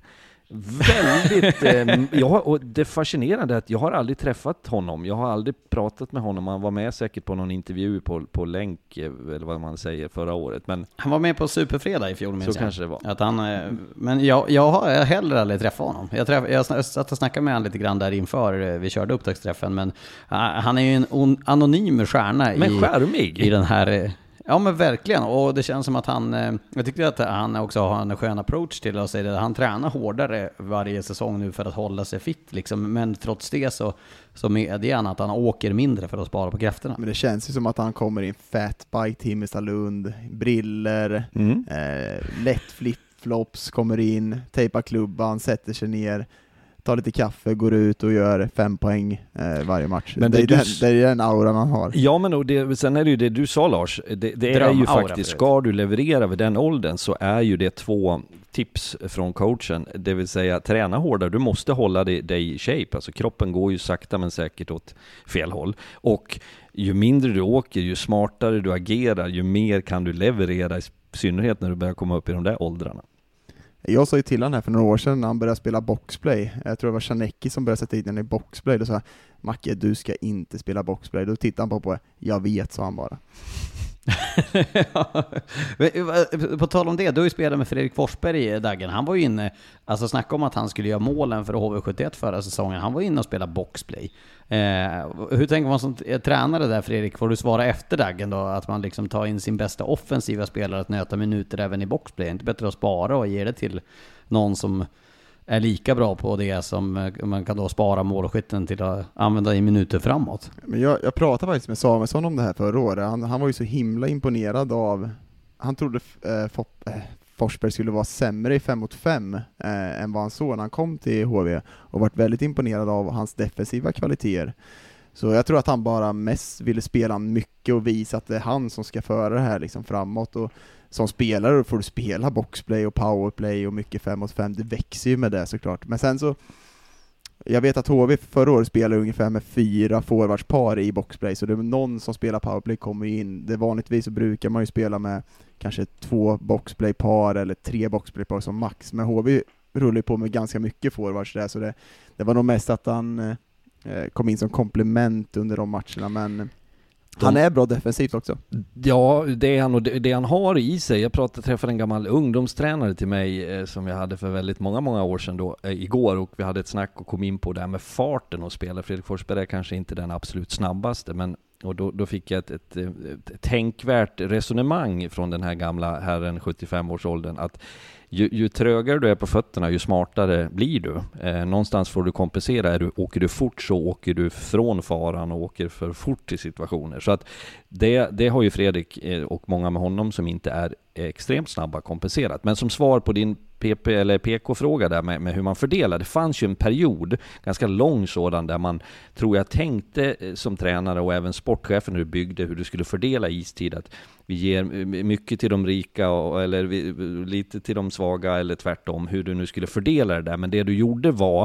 F: Väldigt och det fascinerande är att jag har aldrig träffat honom. Jag har aldrig pratat med honom. Han var med säkert på någon intervju på länk eller vad man säger förra året, men
D: han var med på Superfredag i fjol, minns
F: så kanske det var.
D: Att men jag har heller aldrig träffat honom. Jag satt och snackade med honom lite grann där inför vi körde upptaktsträffen, men han är ju en anonym stjärna i den här. Ja, men verkligen. Och det känns som att jag tycker att han också har en skön approach till att säga det. Han tränar hårdare varje säsong nu för att hålla sig fit liksom. Men trots det så medger han att han åker mindre för att spara på krafterna.
E: Men det känns ju som att han kommer i en fatbike till Himmelstalund, briller, lätt flip-flops, kommer in, tejpar klubban, sätter sig ner, tar lite kaffe, går ut och gör 5 poäng varje match.
F: Men
E: det är den auran han har.
F: Ja, men sen är det ju det du sa, Lars. Det är ju faktiskt, ska du leverera vid den åldern så är ju det 2 tips från coachen. Det vill säga, träna hårdare. Du måste hålla dig i shape. Alltså kroppen går ju sakta men säkert åt fel håll. Och ju mindre du åker, ju smartare du agerar, ju mer kan du leverera, i synnerhet när du börjar komma upp i de där åldrarna.
E: Jag sa ju till han här för några år sedan när han började spela boxplay. Jag tror det var Chanecki som började sätta in den i boxplay. Då sa jag, Macke, du ska inte spela boxplay. Då tittade han på jag vet, sa han bara.
D: På tal om det, du har ju spelat med Fredrik Forsberg i Daggen. Han var ju inne, alltså snacka om att han skulle göra målen för HV71 förra säsongen. Han var inne och spelade boxplay. Hur tänker man som tränare där, Fredrik? Får du svara efter Daggen då, att man liksom tar in sin bästa offensiva spelare att nöta minuter även i boxplay? Inte bättre att spara och ge det till någon som är lika bra på det som man kan då spara målskytten till att använda i minuter framåt. Men
E: jag pratade faktiskt med Samuelsson om det här förra året. Han var ju så himla imponerad av, han trodde Forsberg skulle vara sämre i 5-mot-5 än vad han såg när han kom till HV, och varit väldigt imponerad av hans defensiva kvaliteter. Så jag tror att han bara mest ville spela mycket och visa att det är han som ska föra det här liksom framåt. Och som spelare får du spela boxplay och powerplay och mycket 5-mot-5. Det växer ju med det såklart. Men sen så, jag vet att HV förra året spelade ungefär med 4 forwardspar i boxplay. Så det är någon som spelar powerplay kommer in. Det vanligtvis så brukar man ju spela med kanske 2 boxplaypar eller 3 boxplaypar som max. Men HV rullar på med ganska mycket forwards där. Så det var nog mest att han kom in som komplement under de matcherna. Men han är bra defensivt också.
F: Ja, det är han, och det han har i sig. Jag träffade en gammal ungdomstränare till mig som jag hade för väldigt många år sedan då, igår, och vi hade ett snack och kom in på det här med farten och spela. Fredrik Forsberg är kanske inte den absolut snabbaste, men och då fick jag ett tänkvärt resonemang från den här gamla herren 75-årsåldern, att ju trögare du är på fötterna, ju smartare blir du. Någonstans får du kompensera. Åker du fort så åker du från faran och åker för fort i situationer. Så att det har ju Fredrik och många med honom som inte är extremt snabba kompenserat. Men som svar på din PP eller PK-fråga där med hur man fördelar. Det fanns ju en period, ganska lång sådan, där man, tror jag, tänkte som tränare och även sportchefen hur du byggde, hur du skulle fördela istid, att vi ger mycket till de rika eller lite till de svaga eller tvärtom, hur du nu skulle fördela det där. Men det du gjorde var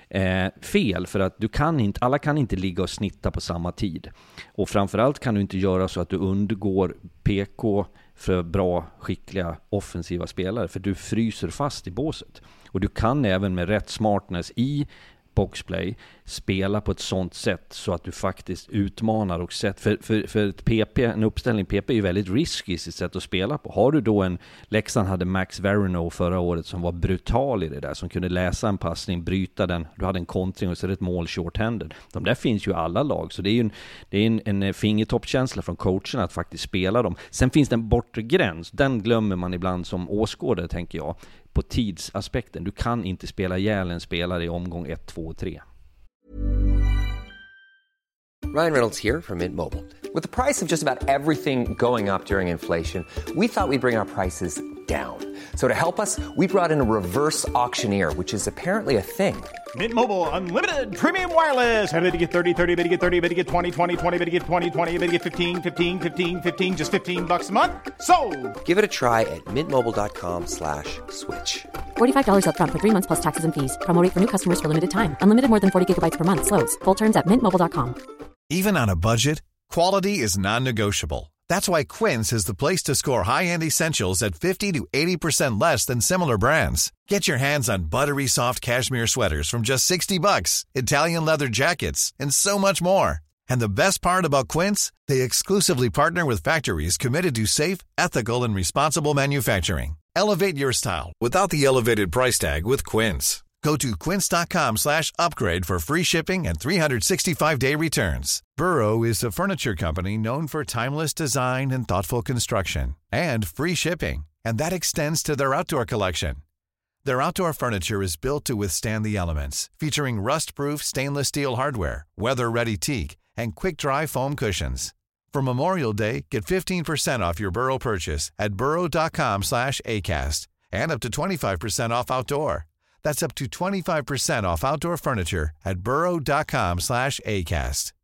F: fel, för att alla kan inte ligga och snitta på samma tid. Och framförallt kan du inte göra så att du undgår PK för bra, skickliga, offensiva spelare, för du fryser fast i båset. Och du kan även med rätt smartness i boxplay spela på ett sånt sätt så att du faktiskt utmanar och för ett PP, en uppställning PP är ju väldigt risky i sitt sätt att spela på. Har du då Leksand hade Max Verino förra året som var brutal i det där, som kunde läsa en passning, bryta den, du hade en kontring och så är det ett mål short-handed. De där finns ju i alla lag, så det är ju en fingertoppkänsla från coachen att faktiskt spela dem. Sen finns det en bortre gräns, den glömmer man ibland som åskådare, tänker jag, på tidsaspekten. Du kan inte spela ihjäl en spelare i omgång 1, 2 och 3.
G: Ryan Reynolds here from Mint Mobile. With the price of just about everything going up during inflation, we thought we'd bring our prices down. So to help us, we brought in a reverse auctioneer, which is apparently a thing.
H: Mint Mobile Unlimited Premium Wireless. How to get 30, 30, bit to get 30, bit to get 20, 20, 20, bit to get 20, 20, bit to get 15, 15, 15, 15, just $15 a month? Sold!
G: Give it a try at mintmobile.com/switch.
I: $45 up front for 3 months plus taxes and fees. Promo rate for new customers for limited time. Unlimited more than 40 gigabytes per month. Slows full terms at mintmobile.com.
A: Even on a budget, quality is non-negotiable. That's why Quince is the place to score high-end essentials at 50 to 80% less than similar brands. Get your hands on buttery soft cashmere sweaters from just $60, Italian leather jackets, and so much more. And the best part about Quince, they exclusively partner with factories committed to safe, ethical, and responsible manufacturing. Elevate your style without the elevated price tag with Quince. Go to quince.com/upgrade for free shipping and 365-day returns. Burrow is a furniture company known for timeless design and thoughtful construction, and free shipping. And that extends to their outdoor collection. Their outdoor furniture is built to withstand the elements, featuring rust-proof stainless steel hardware, weather-ready teak, and quick-dry foam cushions. For Memorial Day, get 15% off your Burrow purchase at burrow.com/acast, and up to 25% off outdoor. That's up to 25% off outdoor furniture at burrow.com/acast.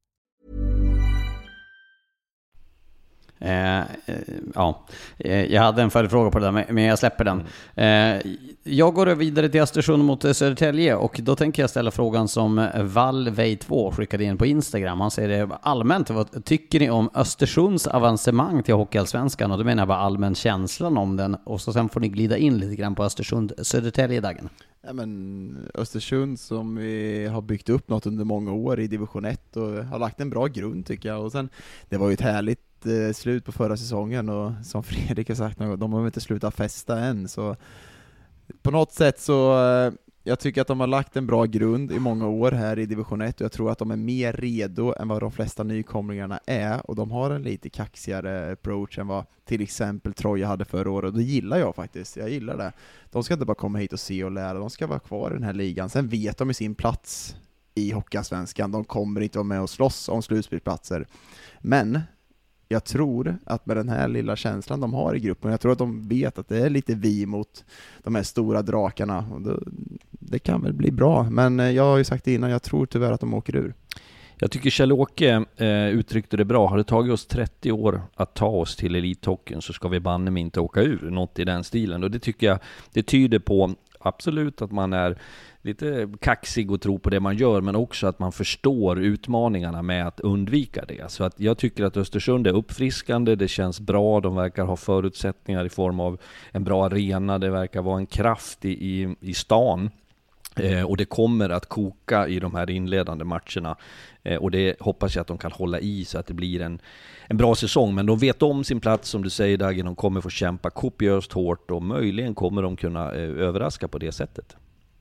D: Jag hade en följdfråga på det där, men jag släpper den. Jag går vidare till Östersund mot Södertälje, och då tänker jag ställa frågan som Valvej2 skickade in på Instagram. Han säger det allmänt: vad tycker ni om Östersunds avancemang till Hockeyallsvenskan? Och då menar jag bara allmän känslan om den, och så sen får ni glida in lite grann på Östersund-Södertälje-dagen.
E: Ja, men Östersund som vi har byggt upp något under många år i division 1 och har lagt en bra grund tycker jag. Och sen, det var ju ett härligt slut på förra säsongen, och som Fredrik har sagt, de har inte slutat festa än, så på något sätt så jag tycker att de har lagt en bra grund i många år här i division 1, och jag tror att de är mer redo än vad de flesta nykomlingarna är, och de har en lite kaxigare approach än vad till exempel Troja hade förra året, och det gillar jag faktiskt. Jag gillar det. De ska inte bara komma hit och se och lära, de ska vara kvar i den här ligan. Sen vet de i sin plats i Hockeyallsvenskan, de kommer inte vara med och slåss om slutspelsplatser, men jag tror att med den här lilla känslan de har i gruppen, jag tror att de vet att det är lite vi mot de här stora drakarna, och det kan väl bli bra, men jag har ju sagt innan, jag tror tyvärr att de åker ur.
F: Jag tycker Kjell-Åke uttryckte det bra. Har det tagit oss 30 år att ta oss till elithockeyn, så ska vi banne mig inte åka ur, något i den stilen. Och det tycker jag, det tyder på absolut att man är lite kaxig och tror på det man gör, men också att man förstår utmaningarna med att undvika det. Så att jag tycker att Östersund är uppfriskande, det känns bra, de verkar ha förutsättningar i form av en bra arena, det verkar vara en kraft i stan. Och det kommer att koka i de här inledande matcherna, och det hoppas jag att de kan hålla i, så att det blir en bra säsong. Men de vet om sin plats, som du säger Dagen, de kommer få kämpa kopiöst hårt, och möjligen kommer de kunna överraska på det sättet.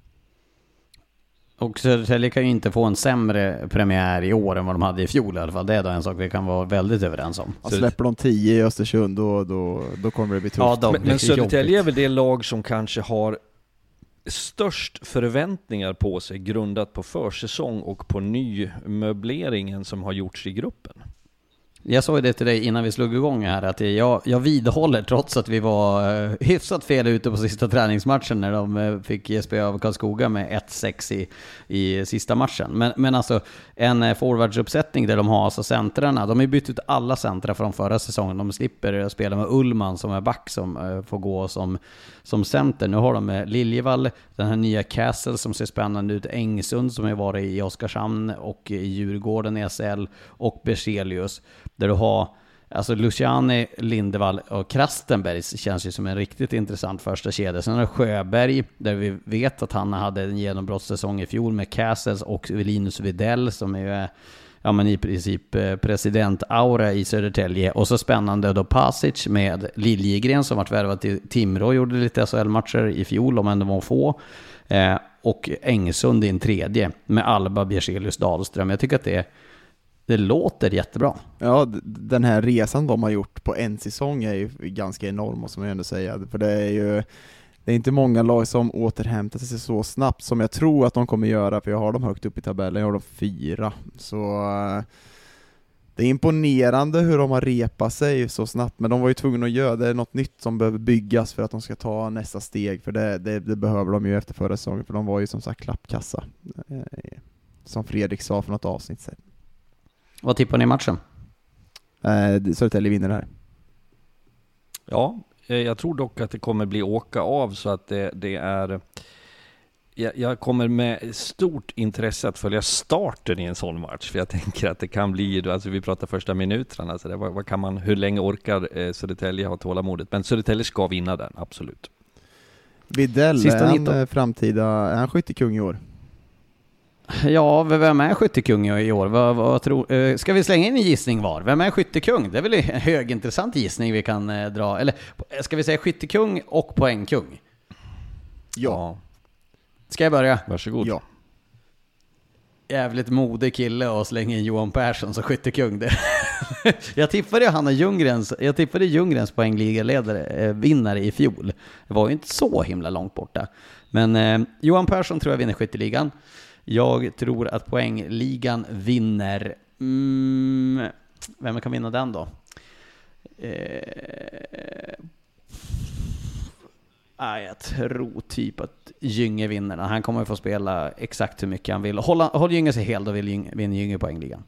D: Och Södertälje kan ju inte få en sämre premiär i år än vad de hade i fjol i alla fall. Det är då en sak vi kan vara väldigt överens om.
E: Ja, släpper de 10 i Östersund, då kommer det bli tufft.
D: Ja,
F: men Södertälje är väl det lag som kanske har störst förväntningar på sig, grundat på försäsong och på ny möbleringen som har gjorts i gruppen. Jag sa ju det till dig innan vi slog igång här, att jag vidhåller, trots att vi var hyfsat fel ute på sista träningsmatchen när de fick ge spö av Karlskoga med 1-6 i sista matchen. Men alltså en forwardsuppsättning där de har alltså centrarna, de har bytt ut alla centra från förra säsongen. De slipper spela med Ullman som är back som får gå som center. Nu har de med Liljevall, den här nya Castle som ser spännande ut, Engsund som har varit i Oskarshamn och i Djurgården i SL, och Berzelius. Där du har alltså Luciani, Lindevall och Krastenberg känns ju som en riktigt intressant första kedja. Sen har du Sjöberg, där vi vet att han hade en genombrottssäsong i fjol med Castles, och Linus Widell som är men i princip president-aura i Södertälje. Och så spännande då Pasic med Liljegren som varit värvad till Timrå och gjorde lite SHL-matcher i fjol, om ändå var få. Och Engsund i en tredje med Alba, Berzelius, Dahlström. Jag tycker att det låter jättebra.
E: Ja, den här resan de har gjort på en säsong är ju ganska enorm, måste man ändå säga. För det är inte många lag som återhämtar sig så snabbt som jag tror att de kommer göra, för jag har dem högt upp i tabellen, jag har dem 4. Så det är imponerande hur de har repat sig så snabbt, men de var ju tvungna att göra, det är något nytt som behöver byggas för att de ska ta nästa steg, för det behöver de ju efter förra säsongen, för de var ju som sagt klappkassa, som Fredrik sa för något avsnitt sedan.
D: Vad tippar ni i matchen?
E: Södertälje vinner här.
F: Ja, jag tror dock att det kommer bli åka av, så att det är... Jag kommer med stort intresse att följa starten i en sån match, för jag tänker att det kan bli, alltså vi pratar första minuterna, så vad kan man, hur länge orkar Södertälje ha tålamodet? Men Södertälje ska vinna den, absolut.
E: Widell, är han framtida, är han skyttekung i år?
D: Ja, vem är skyttekung i år? Vad tror, ska vi slänga in en gissning var? Vem är skyttekung? Det är väl en högintressant gissning vi kan dra. Eller ska vi säga skyttekung och poängkung?
E: Ja. Ska
D: jag börja?
F: Varsågod.
E: Ja.
D: Jävligt modig kille och slänga in Johan Persson som skyttekung. Jag tippade Ljunggrens poängligaledare vinnare i fjol. Det var ju inte så himla långt borta. Men Johan Persson tror jag vinner skytteligan. Jag tror att poängligan vinner... vem kan vinna den då? Jag tror typ att Gynge vinner. Han kommer få spela exakt hur mycket han vill. Håll Gynge sig hel, då vinner Gynge poängligan.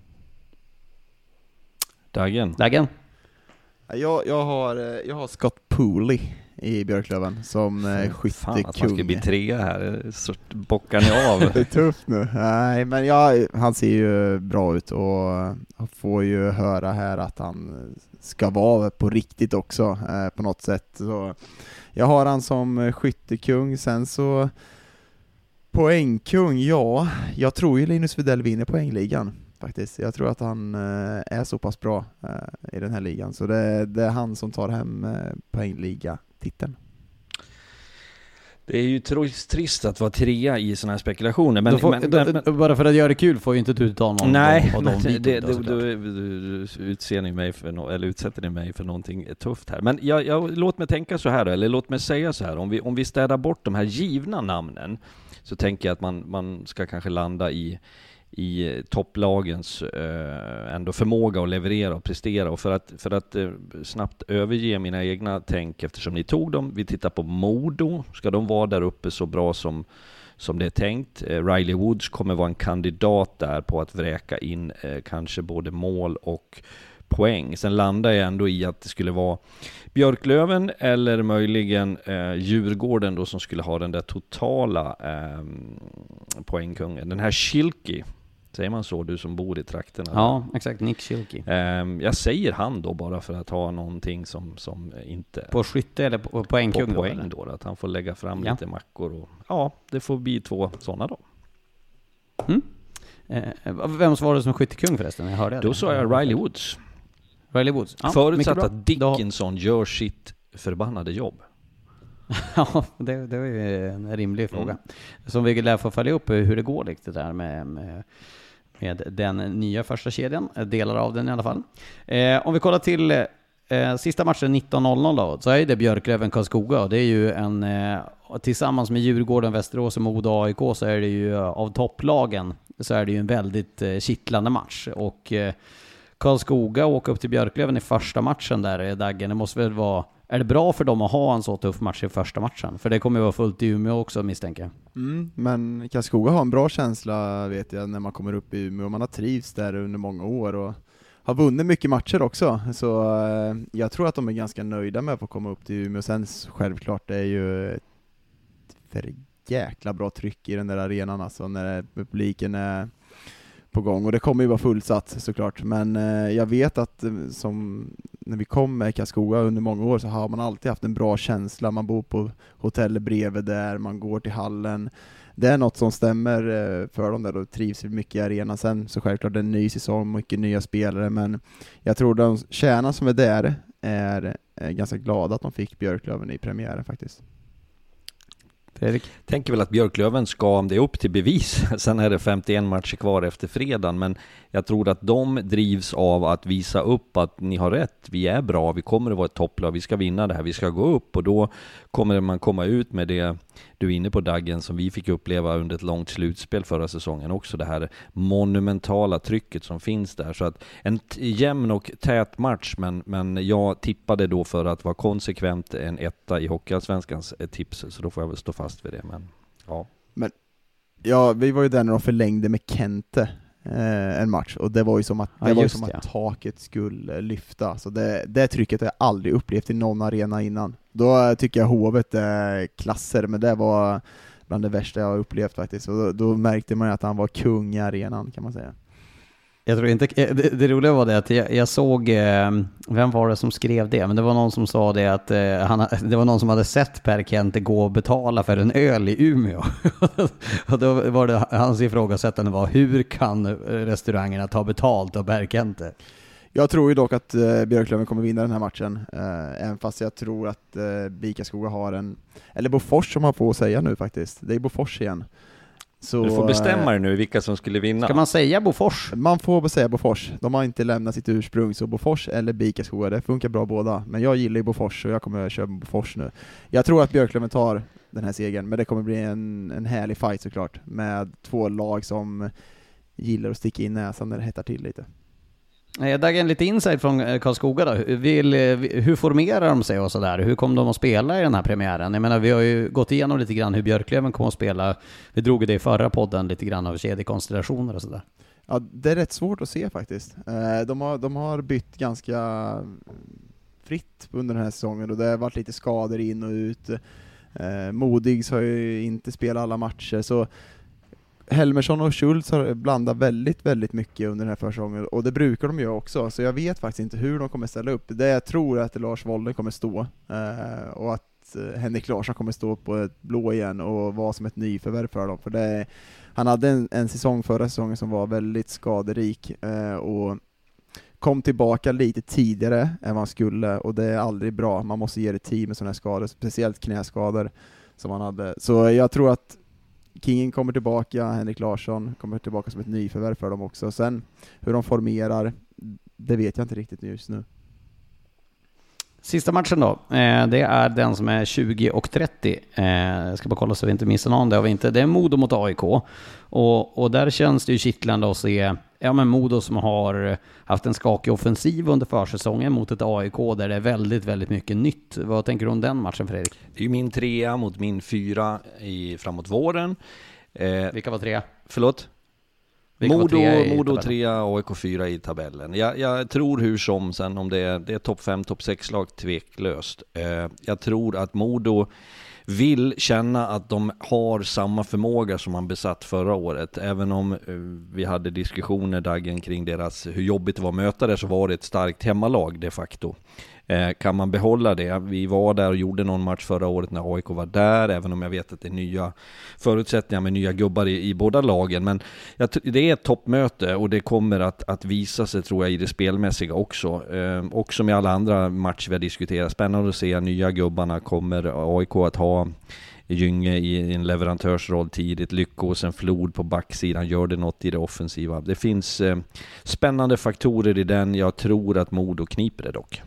F: Daggen.
E: Jag har Scott Pooley i Björklöven som skyttekung.
F: Fan att man ska bli 3 här, så bockar ni av.
E: Det är tufft nu. Nej, men han ser ju bra ut och jag får ju höra här att han ska vara på riktigt också på något sätt. Så jag har han som skyttekung. Sen så poängkung, jag tror ju Linus Widell vinner poängligan faktiskt. Jag tror att han är så pass bra i den här ligan. Så det är han som tar hem poängliga-titeln.
F: Det är ju trist att vara 3 i såna här spekulationer. Men
D: bara för att göra det kul får ju inte du ta någon.
F: Nej, du utsätter ni mig för någonting tufft här. Men låt mig tänka så här då, eller låt mig säga så här. Om vi städar bort de här givna namnen, så tänker jag att man ska kanske landa i topplagens ändå förmåga att leverera och prestera. Och för att snabbt överge mina egna tänk, eftersom ni tog dem, vi tittar på Modo. Ska de vara där uppe så bra som det är tänkt? Riley Woods kommer vara en kandidat där på att vräka in kanske både mål och poäng. Sen landar jag ändå i att det skulle vara Björklöven eller möjligen Djurgården då, som skulle ha den där totala poängkungen. Den här Schilke, säger man så, du som bor i trakterna?
D: Ja, exakt, Nick Schilke.
F: Jag säger han då bara för att ha någonting som inte...
D: På skytte eller på poängkung?
F: På poäng då, att han får lägga fram lite mackor. Och, det får bli 2 sådana då.
D: Vem var det som skyttekung förresten? Jag hörde det.
F: Då sa jag Riley Woods.
D: Ja,
F: förutsatt att Dickinson gör sitt förbannade jobb.
D: Ja, det var ju en rimlig fråga. Som vi lär få följa upp hur det går lite där med den nya första kedjan. Delar av den i alla fall. Om vi kollar till sista matchen 19.00 då, så är det Björklöven Karlskoga. Och det är ju tillsammans med Djurgården, Västerås och Modo AIK, så är det ju av topplagen, så är det ju en väldigt kittlande match. Och Karlskoga åker upp till Björklöven i första matchen där, Daggen. Det måste väl vara... Är det bra för dem att ha en så tuff match i första matchen? För det kommer ju vara fullt i Umeå också, misstänker jag.
E: Men Karlskoga har en bra känsla, vet jag, när man kommer upp i Umeå. Man har trivts där under många år och har vunnit mycket matcher också. Så jag tror att de är ganska nöjda med att få komma upp till Umeå. Sen självklart, det är ju ett för jäkla bra tryck i den där arenan, alltså, när publiken är på gång, och det kommer ju vara fullsatt såklart, men jag vet att som när vi kom med Karlskoga under många år, så har man alltid haft en bra känsla. Man bor på hotellet bredvid där, man går till hallen. Det är något som stämmer för dem där, och trivs mycket i arenan. Sen så självklart det är en ny säsong, mycket nya spelare, men jag tror de tjärna som är där är ganska glada att de fick Björklöven i premiären faktiskt.
F: Tänker väl att Björklöven ska, det är upp till bevis. Sen är det 51 matcher kvar efter fredagen, men jag tror att de drivs av att visa upp att ni har rätt, vi är bra, vi kommer att vara ett topplag, vi ska vinna det här, vi ska gå upp, och då kommer man komma ut med det du är inne på, Daggen, som vi fick uppleva under ett långt slutspel förra säsongen också, det här monumentala trycket som finns där. Så att en jämn och tät match, men jag tippade då, för att vara konsekvent, en 1 i Hockeyallsvenskans tips, så då får jag väl stå fast vid det. Men
E: vi var ju där när de förlängde med Kente en match, och det var ju som att, att taket skulle lyfta. Så det trycket har jag aldrig upplevt i någon arena innan. Då tycker jag Hovet är klasser, men det var bland det värsta jag har upplevt faktiskt. Och då märkte man att han var kung i arenan, kan man säga.
D: Jag tror inte, det roliga var det att jag såg, vem var det som skrev det? Men det var någon som sa det att det var någon som hade sett Per Kente gå och betala för en öl i Umeå. Och då var det hans ifrågasättande var, hur kan restaurangerna ta betalt av Per Kente?
E: Jag tror ju dock att Björklöven kommer vinna den här matchen, även fast jag tror att Bikaskoga har eller Bofors, som man får säga nu faktiskt. Det är Bofors igen. Så,
F: du får bestämma dig nu vilka som skulle vinna.
D: Ska man säga Bofors?
E: Man får säga Bofors. De har inte lämnat sitt ursprung, så Bofors eller Bikaskoga, det funkar bra båda. Men jag gillar ju Bofors, och jag kommer att köra Bofors nu. Jag tror att Björklöven tar den här segern, men det kommer bli en härlig fight såklart, med 2 lag som gillar att sticka in näsan när det hettar till lite.
D: Dagen, lite insight från Karlskoga då. Hur formerar de sig och sådär? Hur kommer de att spela i den här premiären? Jag menar, vi har ju gått igenom lite grann hur Björklöven kommer att spela. Vi drog det i förra podden, lite grann av kedjekonstellationer och sådär.
E: Ja, det är rätt svårt att se faktiskt. De har bytt ganska fritt under den här säsongen och det har varit lite skador in och ut. Modigs har ju inte spelat alla matcher, så Helmersson och Schultz har blandat väldigt, väldigt mycket under den här försäsongen, och det brukar de göra också, så jag vet faktiskt inte hur de kommer ställa upp. Det jag tror är att Lars Wollner kommer stå, och att Henrik Larsson kommer stå på ett blå igen och vara som ett nyförvärv för dem, för han hade en säsong förra säsongen som var väldigt skaderik, och kom tillbaka lite tidigare än vad han skulle, och det är aldrig bra. Man måste ge det tid med sådana här skador, speciellt knäskador som han hade. Så jag tror att Kingen kommer tillbaka, Henrik Larsson kommer tillbaka som ett nyförvärv för dem också. Sen hur de formerar, det vet jag inte riktigt just nu.
D: Sista matchen då, det är den som är 20:30. Jag ska bara kolla så vi inte missar någon. Det är Modo mot AIK. Och där känns det ju kittlande att se Modo som har haft en skakig offensiv under försäsongen mot ett AIK där det är väldigt, väldigt mycket nytt. Vad tänker du om den matchen, Fredrik?
F: Det är ju min 3 mot min 4 framåt våren.
D: Vilka var 3?
F: Förlåt? Modo 3, AIK 4 i tabellen. Jag tror hur som sen, om det är topp 5, topp 6 lag, tveklöst. Jag tror att Modo vill känna att de har samma förmåga som man besatt förra året. Även om vi hade diskussioner dagen kring hur jobbigt det var att möta det, så var det ett starkt hemmalag de facto. Kan man behålla det? Vi var där och gjorde någon match förra året när AIK var där, även om jag vet att det är nya förutsättningar med nya gubbar i båda lagen. Men det är ett toppmöte och det kommer att visa sig, tror jag, i det spelmässiga också. Också med alla andra matcher vi har diskuterat. Spännande att se nya gubbarna. Kommer AIK att ha Gynge i en leverantörsroll tidigt, Lyckås en flod på backsidan, gör det något i det offensiva? Det finns spännande faktorer i den. Jag tror att Modo kniper det dock.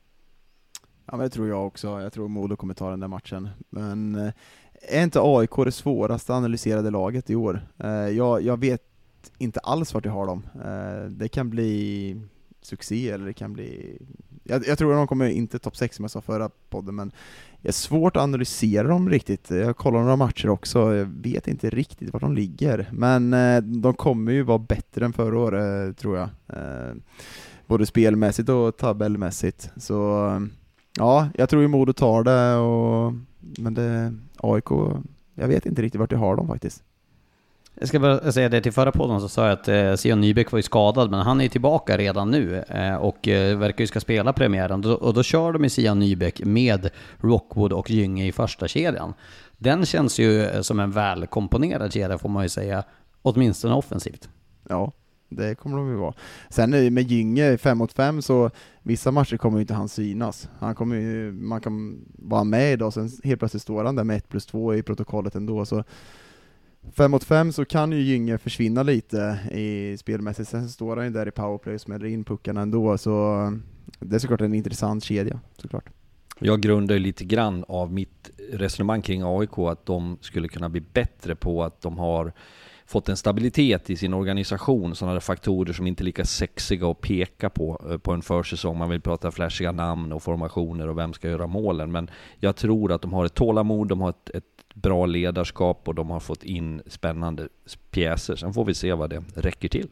E: Ja, men det tror jag också. Jag tror Modo kommer ta den där matchen. Men är inte AIK det svåraste analyserade laget i år? Jag vet inte alls vart jag har dem. Det kan bli succé eller det kan bli... Jag tror att de kommer inte topp 6 som jag sa förra podden, men det är svårt att analysera dem riktigt. Jag kollar några matcher också. Jag vet inte riktigt vart de ligger. Men de kommer ju vara bättre än förra året, tror jag. Både spelmässigt och tabellmässigt. Så... Ja, jag tror ju Modo tar det, men det AIK, jag vet inte riktigt vart jag har dem faktiskt.
D: Jag ska bara säga det, till förra podden så sa jag att Sion Nybeck var ju skadad, men han är tillbaka redan nu och verkar ju ska spela premiären, och då kör de i Sion Nybeck med Rockwood och Gynge i första kedjan. Den känns ju som en välkomponerad kedja, får man ju säga, åtminstone offensivt.
E: Ja, det kommer de ju vara. Sen med Gynge 5-mot-5, så vissa matcher kommer ju inte han synas. Man kan vara med idag, sen helt plötsligt står han där med 1+2 i protokollet ändå. Så 5-mot-5 så kan ju Gynge försvinna lite i spelmässigt. Sen står han ju där i powerplay och smäller in puckarna ändå. Så det är såklart en intressant kedja, såklart.
F: Jag grundar ju lite grann av mitt resonemang kring AIK att de skulle kunna bli bättre på att de har fått en stabilitet i sin organisation, sådana faktorer som inte är lika sexiga att peka på en försäsong. Man vill prata flashiga namn och formationer och vem ska göra målen, men jag tror att de har ett tålamod, de har ett bra ledarskap och de har fått in spännande pjäser. Sen får vi se vad det räcker till.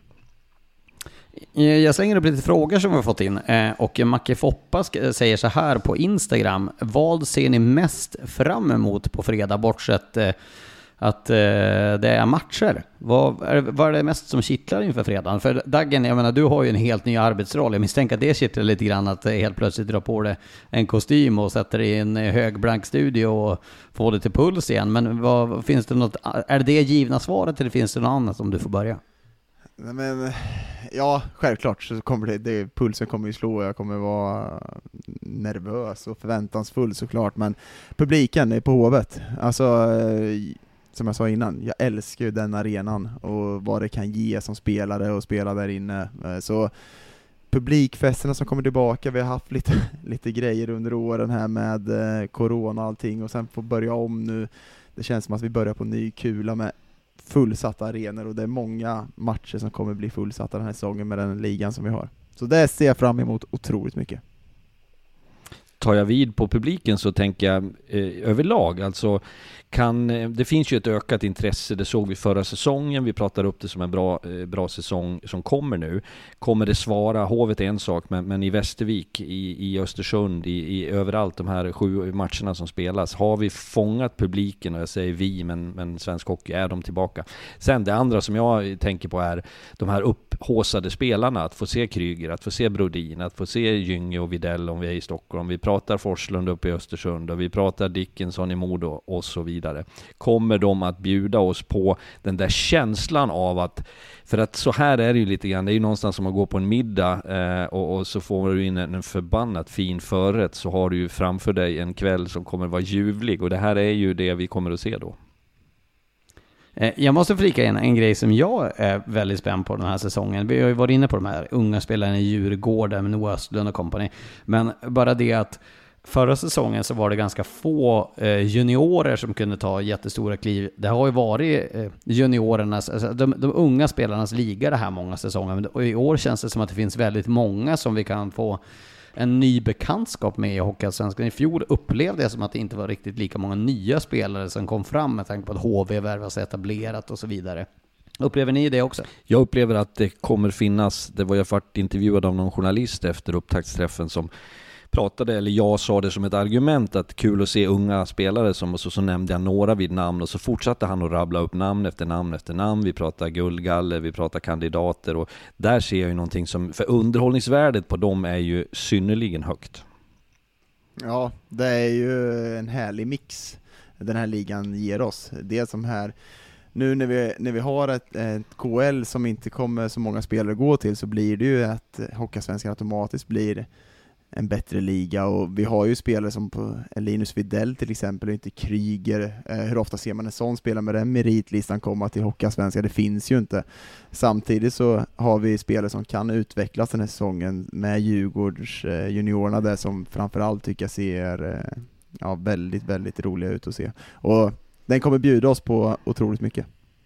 D: Jag slänger upp lite frågor som vi har fått in, och Macke Foppa säger så här på Instagram: vad ser ni mest fram emot på fredag, bortsett att det är matcher? Vad är det mest som kittlar inför fredagen? För Dagen, jag menar, du har ju en helt ny arbetsroll. Jag misstänker att det kittlar lite grann att helt plötsligt dra på det en kostym och sätter i en högblank studio och får det till puls igen. Men finns det något, är det givna svaret eller finns det något annat om du får börja?
E: Men, ja, självklart så kommer pulsen kommer ju slå och jag kommer vara nervös och förväntansfull såklart, men publiken är på Hovet. Alltså, som jag sa innan, jag älskar ju den arenan och vad det kan ge som spelare och spela där inne. Så publikfesterna som kommer tillbaka, vi har haft lite grejer under åren här med corona och allting, och sen får börja om nu. Det känns som att vi börjar på ny kula med fullsatta arenor, och det är många matcher som kommer bli fullsatta den här säsongen med den ligan som vi har. Så det ser jag fram emot otroligt mycket.
F: Tar jag vid på publiken så tänker jag överlag, alltså det finns ju ett ökat intresse, det såg vi förra säsongen, vi pratar upp det som en bra säsong som kommer nu. Kommer det svara, Hovet är en sak, men i Västervik, i Östersund, i överallt de här 7 matcherna som spelas, har vi fångat publiken, och jag säger vi, men svensk hockey, är de tillbaka. Sen det andra som jag tänker på är de här upphåsade spelarna, att få se Kryger, att få se Brodin, att få se Gynge och Videll om vi är i Stockholm, vi pratar Forslund uppe i Östersund och vi pratar Dickinson i Modo och så vidare. Kommer de att bjuda oss på den där känslan av att, för att så här är det ju lite grann, det är ju någonstans som att gå på en middag och så får du in en förbannat fin förrätt, så har du ju framför dig en kväll som kommer vara ljuvlig, och det här är ju det vi kommer att se då.
D: Jag måste flika in en grej som jag är väldigt spänd på den här säsongen. Vi har ju varit inne på de här unga spelarna i Djurgården med Noah Östlund och company, men bara det att förra säsongen så var det ganska få juniorer som kunde ta jättestora kliv. Det har ju varit juniorernas, alltså de unga spelarnas liga det här många säsonger. Och i år känns det som att det finns väldigt många som vi kan få en ny bekantskap med i Hockeyallsvenskan. I fjol upplevde jag som att det inte var riktigt lika många nya spelare som kom fram med tanke på att HV värvas etablerat och så vidare. Upplever ni det också?
F: Jag upplever att det kommer finnas, det var jag varit intervjuad av någon journalist efter upptaktsträffen som pratade, eller jag sa det som ett argument, att kul att se unga spelare, som, och så nämnde jag några vid namn, och så fortsatte han att rabbla upp namn efter namn efter namn. Vi pratar guldgaller, vi pratar kandidater, och där ser jag ju någonting som, för underhållningsvärdet på dem är ju synnerligen högt.
E: Ja, det är ju en härlig mix den här ligan ger oss. Det som här nu när vi har ett KL som inte kommer så många spelare gå till, så blir det ju att Hockeyallsvenskan automatiskt blir en bättre liga, och vi har ju spelare som på Linus Widell till exempel, och inte Kryger. Hur ofta ser man en sån spelare med den meritlistan komma till Hockeyallsvenskan? Det finns ju inte. Samtidigt så har vi spelare som kan utvecklas den här säsongen med Djurgårds juniorerna där, som framförallt tycker jag ser väldigt, väldigt roliga ut att se. Och den kommer bjuda oss på otroligt mycket.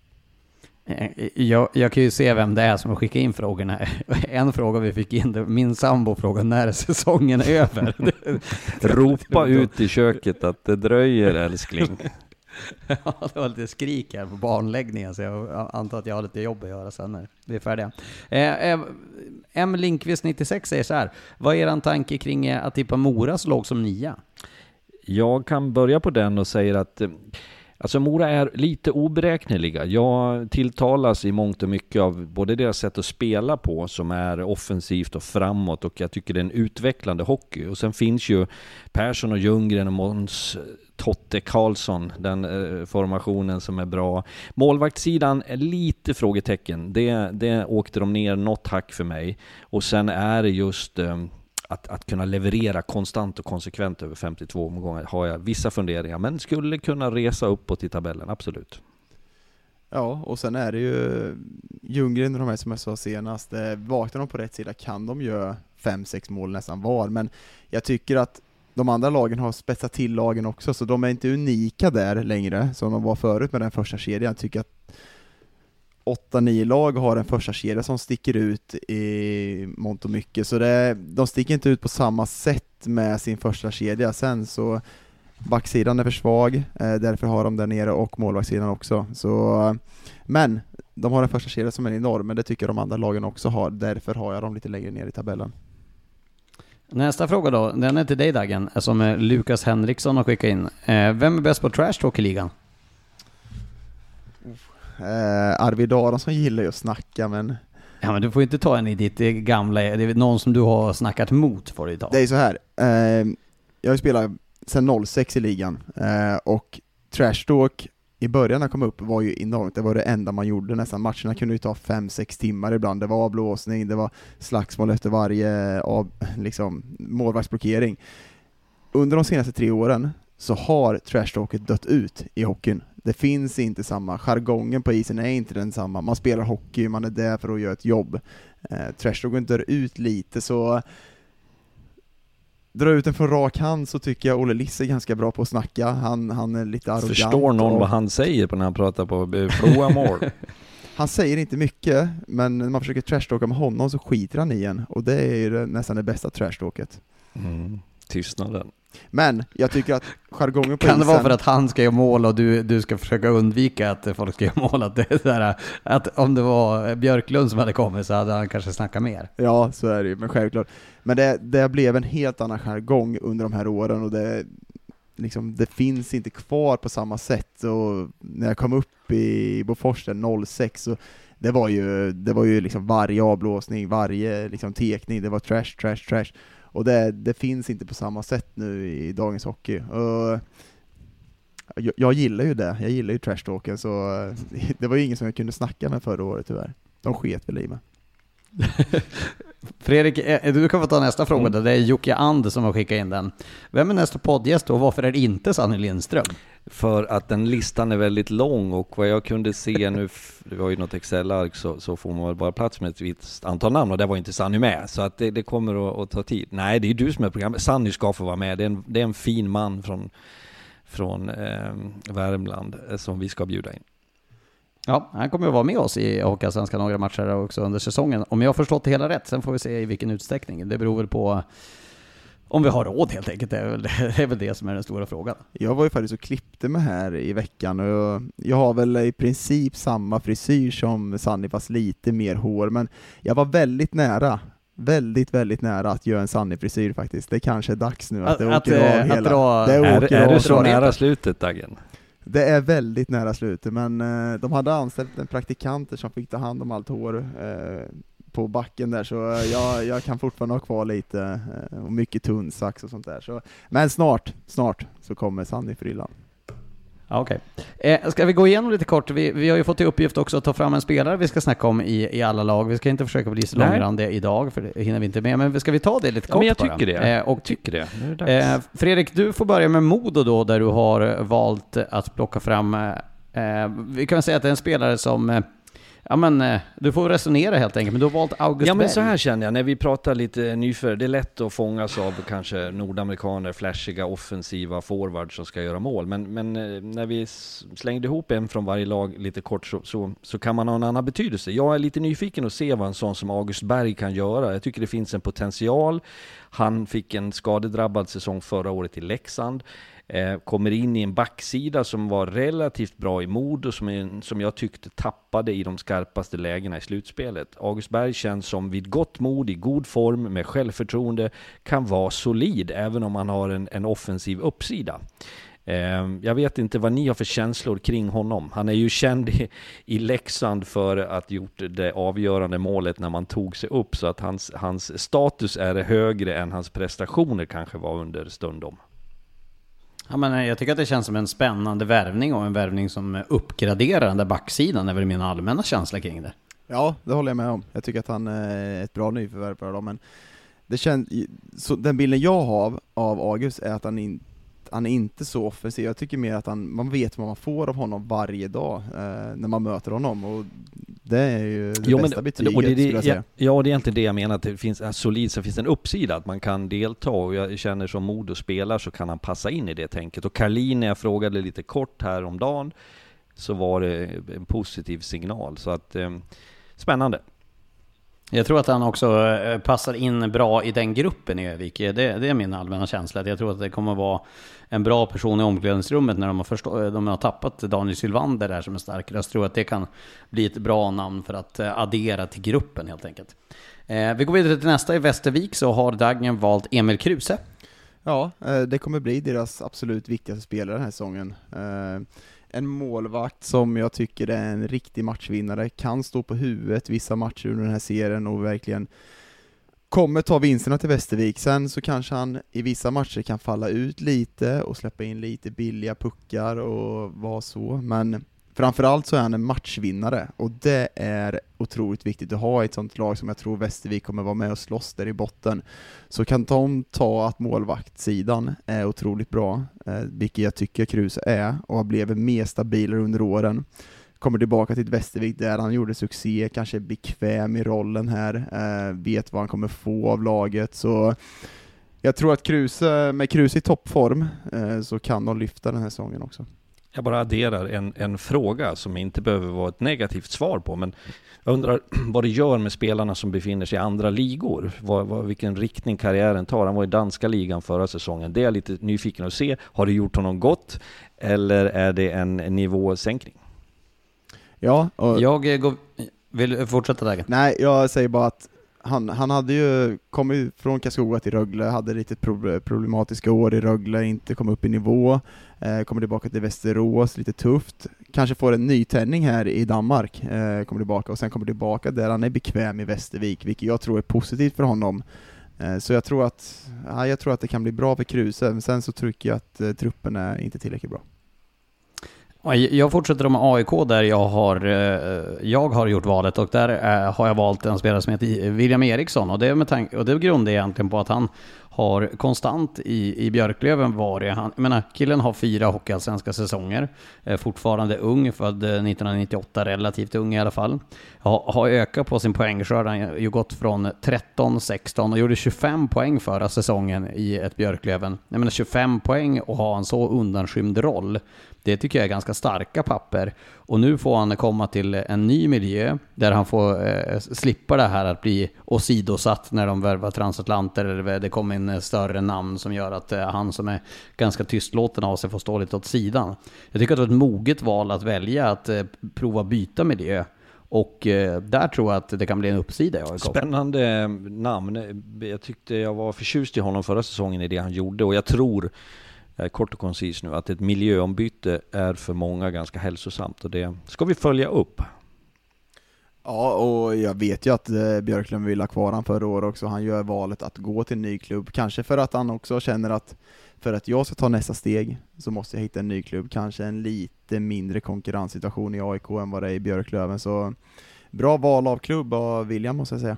D: Jag kan ju se vem det är som skickar in frågorna. En fråga vi fick in, min sambo frågade när är säsongen över.
F: Ropa ut i köket att det dröjer, älskling.
D: Ja, det var lite skrik här på barnläggningen, så jag antar att jag har lite jobb att göra sen när vi är färdiga. M. Linkvist 96 säger så här: vad är eran tanke kring att tippa Moras lag som 9?
F: Jag kan börja på den och säga att alltså Mora är lite oberäkneliga. Jag tilltalas i mångt och mycket av både deras sätt att spela på, som är offensivt och framåt, och jag tycker det är en utvecklande hockey. Och sen finns ju Persson och Ljunggren och Måns Totte Karlsson, den formationen som är bra. Målvaktssidan är lite frågetecken. Det åkte de ner något hack för mig. Och sen är det just att kunna leverera konstant och konsekvent över 52 omgångar har jag vissa funderingar, men skulle kunna resa uppåt i tabellen, absolut.
E: Ja, och sen är det ju Ljunggren och de här som jag sa senast, vaknar de på rätt sida kan de göra 5-6 mål nästan var, men jag tycker att de andra lagen har spetsat till lagen också, så de är inte unika där längre som de var förut med den första kedjan. Jag tycker att 8-9 lag har en första kedja som sticker ut i mångt och mycket, så de sticker inte ut på samma sätt med sin första kedja. Sen så backsidan är för svag, därför har de där nere, och målvaktssidan också. Så, men de har en första kedja som är enorm, men det tycker de andra lagen också har, därför har jag dem lite längre ner i tabellen.
D: Nästa fråga då, den är till dig Dagen, som Lukas Henriksson har skickat in. Vem är bäst på trash talk i ligan?
E: Arvid Aronsson gillar ju att snacka, men...
D: Ja, men du får inte ta en i ditt gamla... Det är någon som du har snackat mot, får du ta.
E: Det är så här. Jag har spelat sedan 06 i ligan, och trash talk i början när jag kom upp var ju enormt. Det var det enda man gjorde nästan. Matcherna kunde ju ta 5-6 timmar ibland. Det var avblåsning, det var slagsmål efter varje målvaktsblockering. Under de senaste 3 åren så har trashtalket dött ut i hockeyn. Det finns inte samma. Jargongen på isen är inte den samma. Man spelar hockey, man är där för att göra ett jobb. Trashtalken dör ut lite, så dra ut den från rak hand, så tycker jag Olle Liss är ganska bra på att snacka. Han är lite arrogant.
F: Förstår någon vad han säger på när han pratar på blåa mål?
E: han säger inte mycket, men när man försöker trashtalka med honom så skiter han i en, och det är ju nästan det bästa trashtalket.
F: Tystnaden.
E: Men jag tycker att jargongen på
D: kan det
E: isen...
D: vara för att han ska göra mål och du ska försöka undvika att folk ska göra mål? Att det är så här, att om det var Björklund som hade kommit så hade han kanske snackat mer.
E: Ja, så är det ju, men självklart. Men det blev en helt annan jargong under de här åren, och det finns inte kvar på samma sätt. Och när jag kom upp i Bofors 06 så det var ju liksom varje avblåsning, varje liksom tekning, det var trash. Och det finns inte på samma sätt nu i dagens hockey. Och jag gillar ju det. Jag gillar ju trashtalken, så det var ju ingen som jag kunde snacka med förra året tyvärr. De sket väl i mig.
D: Fredrik, du kan få ta nästa fråga. Det är Jocke And som har skickat in den. Vem är nästa poddgäst och varför är det inte Sanny Lindström?
F: För att den listan är väldigt lång, och vad jag kunde se nu, det var ju något Excel-ark, så får man väl bara plats med ett visst antal namn, och det var inte Sanny med, så att det kommer att ta tid. Nej, det är du som är programmet. Sanny ska få vara med. Det är en fin man från Värmland som vi ska bjuda in.
D: Ja, han kommer att vara med oss i Hockeyallsvenskan några matcher också under säsongen. Om jag har förstått det hela rätt, sen får vi se i vilken utsträckning. Det beror väl på om vi har råd helt enkelt. Det är väl det som är den stora frågan. Jag
E: var ju faktiskt och klippte mig här i veckan, och jag har väl i princip samma frisyr som Sanny, fast lite mer hår. Men jag var väldigt nära. Väldigt nära att göra en Sanny-frisyr faktiskt. Det kanske är dags nu att det åker av hela.
F: Är du så nära slutet, Dagen?
E: Det är väldigt nära slutet, men de hade anställt en praktikant som fick ta hand om allt hår på backen där, så jag kan fortfarande ha kvar lite och mycket tunn sax och sånt där. Så, men snart så kommer Sanny-frillan.
D: Okej. Ska vi gå igenom lite kort? Vi har ju fått i uppgift också att ta fram en spelare vi ska snacka om i alla lag. Vi ska inte försöka bli så långrandiga idag, för det hinner vi inte med. Men ska vi ta det lite kort
F: men jag
D: bara?
F: tycker det. Nu är det dags.
D: Fredrik, du får börja med Modo då, där du har valt att plocka fram... vi kan säga att det är en spelare som... Ja, men du får resonera helt enkelt, men du har valt August Berg.
F: Ja, men så här känner jag, när vi pratar lite nyför, det är lätt att fångas av kanske nordamerikaner, flashiga, offensiva forwards som ska göra mål, men när vi slängde ihop en från varje lag lite kort så kan man ha en annan betydelse. Jag är lite nyfiken att se vad en sån som August Berg kan göra. Jag tycker det finns en potential. Han fick en skadedrabbad säsong förra året i Leksand. Kommer in i en backsida som var relativt bra i Modo, som jag tyckte tappade i de skarpaste lägena i slutspelet. August Berg känns som vid gott mod, i god form, med självförtroende, kan vara solid även om han har en offensiv uppsida. Jag vet inte vad ni har för känslor kring honom. Han är ju känd i Leksand för att gjort det avgörande målet när man tog sig upp, så att hans status är högre än hans prestationer kanske var under stundom.
D: Ja, men jag tycker att det känns som en spännande värvning, och en värvning som uppgraderar den där backsidan. Det är väl min allmänna känsla kring det.
E: Ja, det håller jag med om. Jag tycker att han är ett bra nyförvärv för dem, men det känns, så den bilden jag har av August är att han är inte så offensiv. Jag tycker mer att man vet vad man får av honom varje dag när man möter honom, och det är ju det bästa betyget, skulle jag säga.
F: Ja, det är egentligen det jag menar, att det finns solid, så finns det en uppsida att man kan delta, och jag känner som Modo spelar så kan han passa in i det tänket. Och Karlin, när jag frågade lite kort här om dagen, så var det en positiv signal, så att spännande.
D: Jag tror att han också passar in bra i den gruppen i Övik. Det är min allmänna känsla. Jag tror att det kommer vara en bra person i omklädningsrummet när de har tappat Daniel Sylvander där som är stark. Jag tror att det kan bli ett bra namn för att addera till gruppen helt enkelt. Vi går vidare till nästa. I Västervik så har Dagen valt Emil Kruse.
E: Ja, det kommer bli deras absolut viktigaste spelare den här säsongen. En målvakt som jag tycker är en riktig matchvinnare, kan stå på huvudet vissa matcher under den här serien och verkligen kommer ta vinsterna till Västervik. Sen så kanske han i vissa matcher kan falla ut lite och släppa in lite billiga puckar och vara så, men framförallt så är han en matchvinnare, och det är otroligt viktigt att ha ett sånt lag som jag tror Västervik kommer vara med och slåss där i botten. Så kan de ta att målvaktssidan är otroligt bra, vilket jag tycker Kruse är, och har blivit mer stabilare under åren. Kommer tillbaka till Västervik där han gjorde succé, kanske är bekväm i rollen här, vet vad han kommer få av laget. Så jag tror att med Kruse i toppform så kan de lyfta den här säsongen också.
F: Jag bara adderar en fråga som inte behöver vara ett negativt svar på, men jag undrar vad det gör med spelarna som befinner sig i andra ligor. Vilken riktning karriären tar. Han var i danska ligan förra säsongen. Det är jag lite nyfiken att se. Har det gjort honom gott eller är det en nivåsänkning?
E: Ja, och
D: Jag vill fortsätta där.
E: nej, jag säger bara att han hade ju kommit från Karlskoga till Rögle, hade lite problematiska år i Rögle, inte kom upp i nivå, kommer tillbaka till Västerås, lite tufft, kanske får en nytändning här i Danmark, kommer tillbaka och sen kommer tillbaka där han är bekväm i Västervik, vilket jag tror är positivt för honom. Så jag tror att det kan bli bra för Kruse, men sen så tycker jag att truppen är inte tillräckligt bra.
D: Jag fortsätter med AIK där jag har gjort valet, och där har jag valt en spelare som heter William Eriksson, och det grundar egentligen på att han har konstant i Björklöven varit. Jag menar, killen har 4 hockeyallsvenska säsonger, fortfarande ung, född 1998, relativt ung i alla fall. Har ökat på sin poängskörd, han har ju gått från 13-16 och gjorde 25 poäng förra säsongen i ett Björklöven. Jag menar, 25 poäng och ha en så undanskymd roll, det tycker jag är ganska starka papper. Och nu får han komma till en ny miljö där han får slippa det här att bli åsidosatt när de värvar transatlanter, eller det kommer in större namn som gör att han som är ganska tystlåten av sig får stå lite åt sidan. Jag tycker att det var ett moget val att välja att prova byta miljö. Och där tror jag att det kan bli en uppsida i AIK.
F: Spännande namn. Jag tyckte jag var förtjust i honom förra säsongen i det han gjorde, och jag tror kort och koncis nu att ett miljöombyte är för många ganska hälsosamt, och det ska vi följa upp.
E: Ja, och jag vet ju att Björklund vill ha kvar han förra året också. Han gör valet att gå till en ny klubb, kanske för att han också känner att för att jag ska ta nästa steg så måste jag hitta en ny klubb, kanske en lite mindre konkurrenssituation i AIK än vad det är i Björklöven. Så bra val av klubb av William, måste jag säga.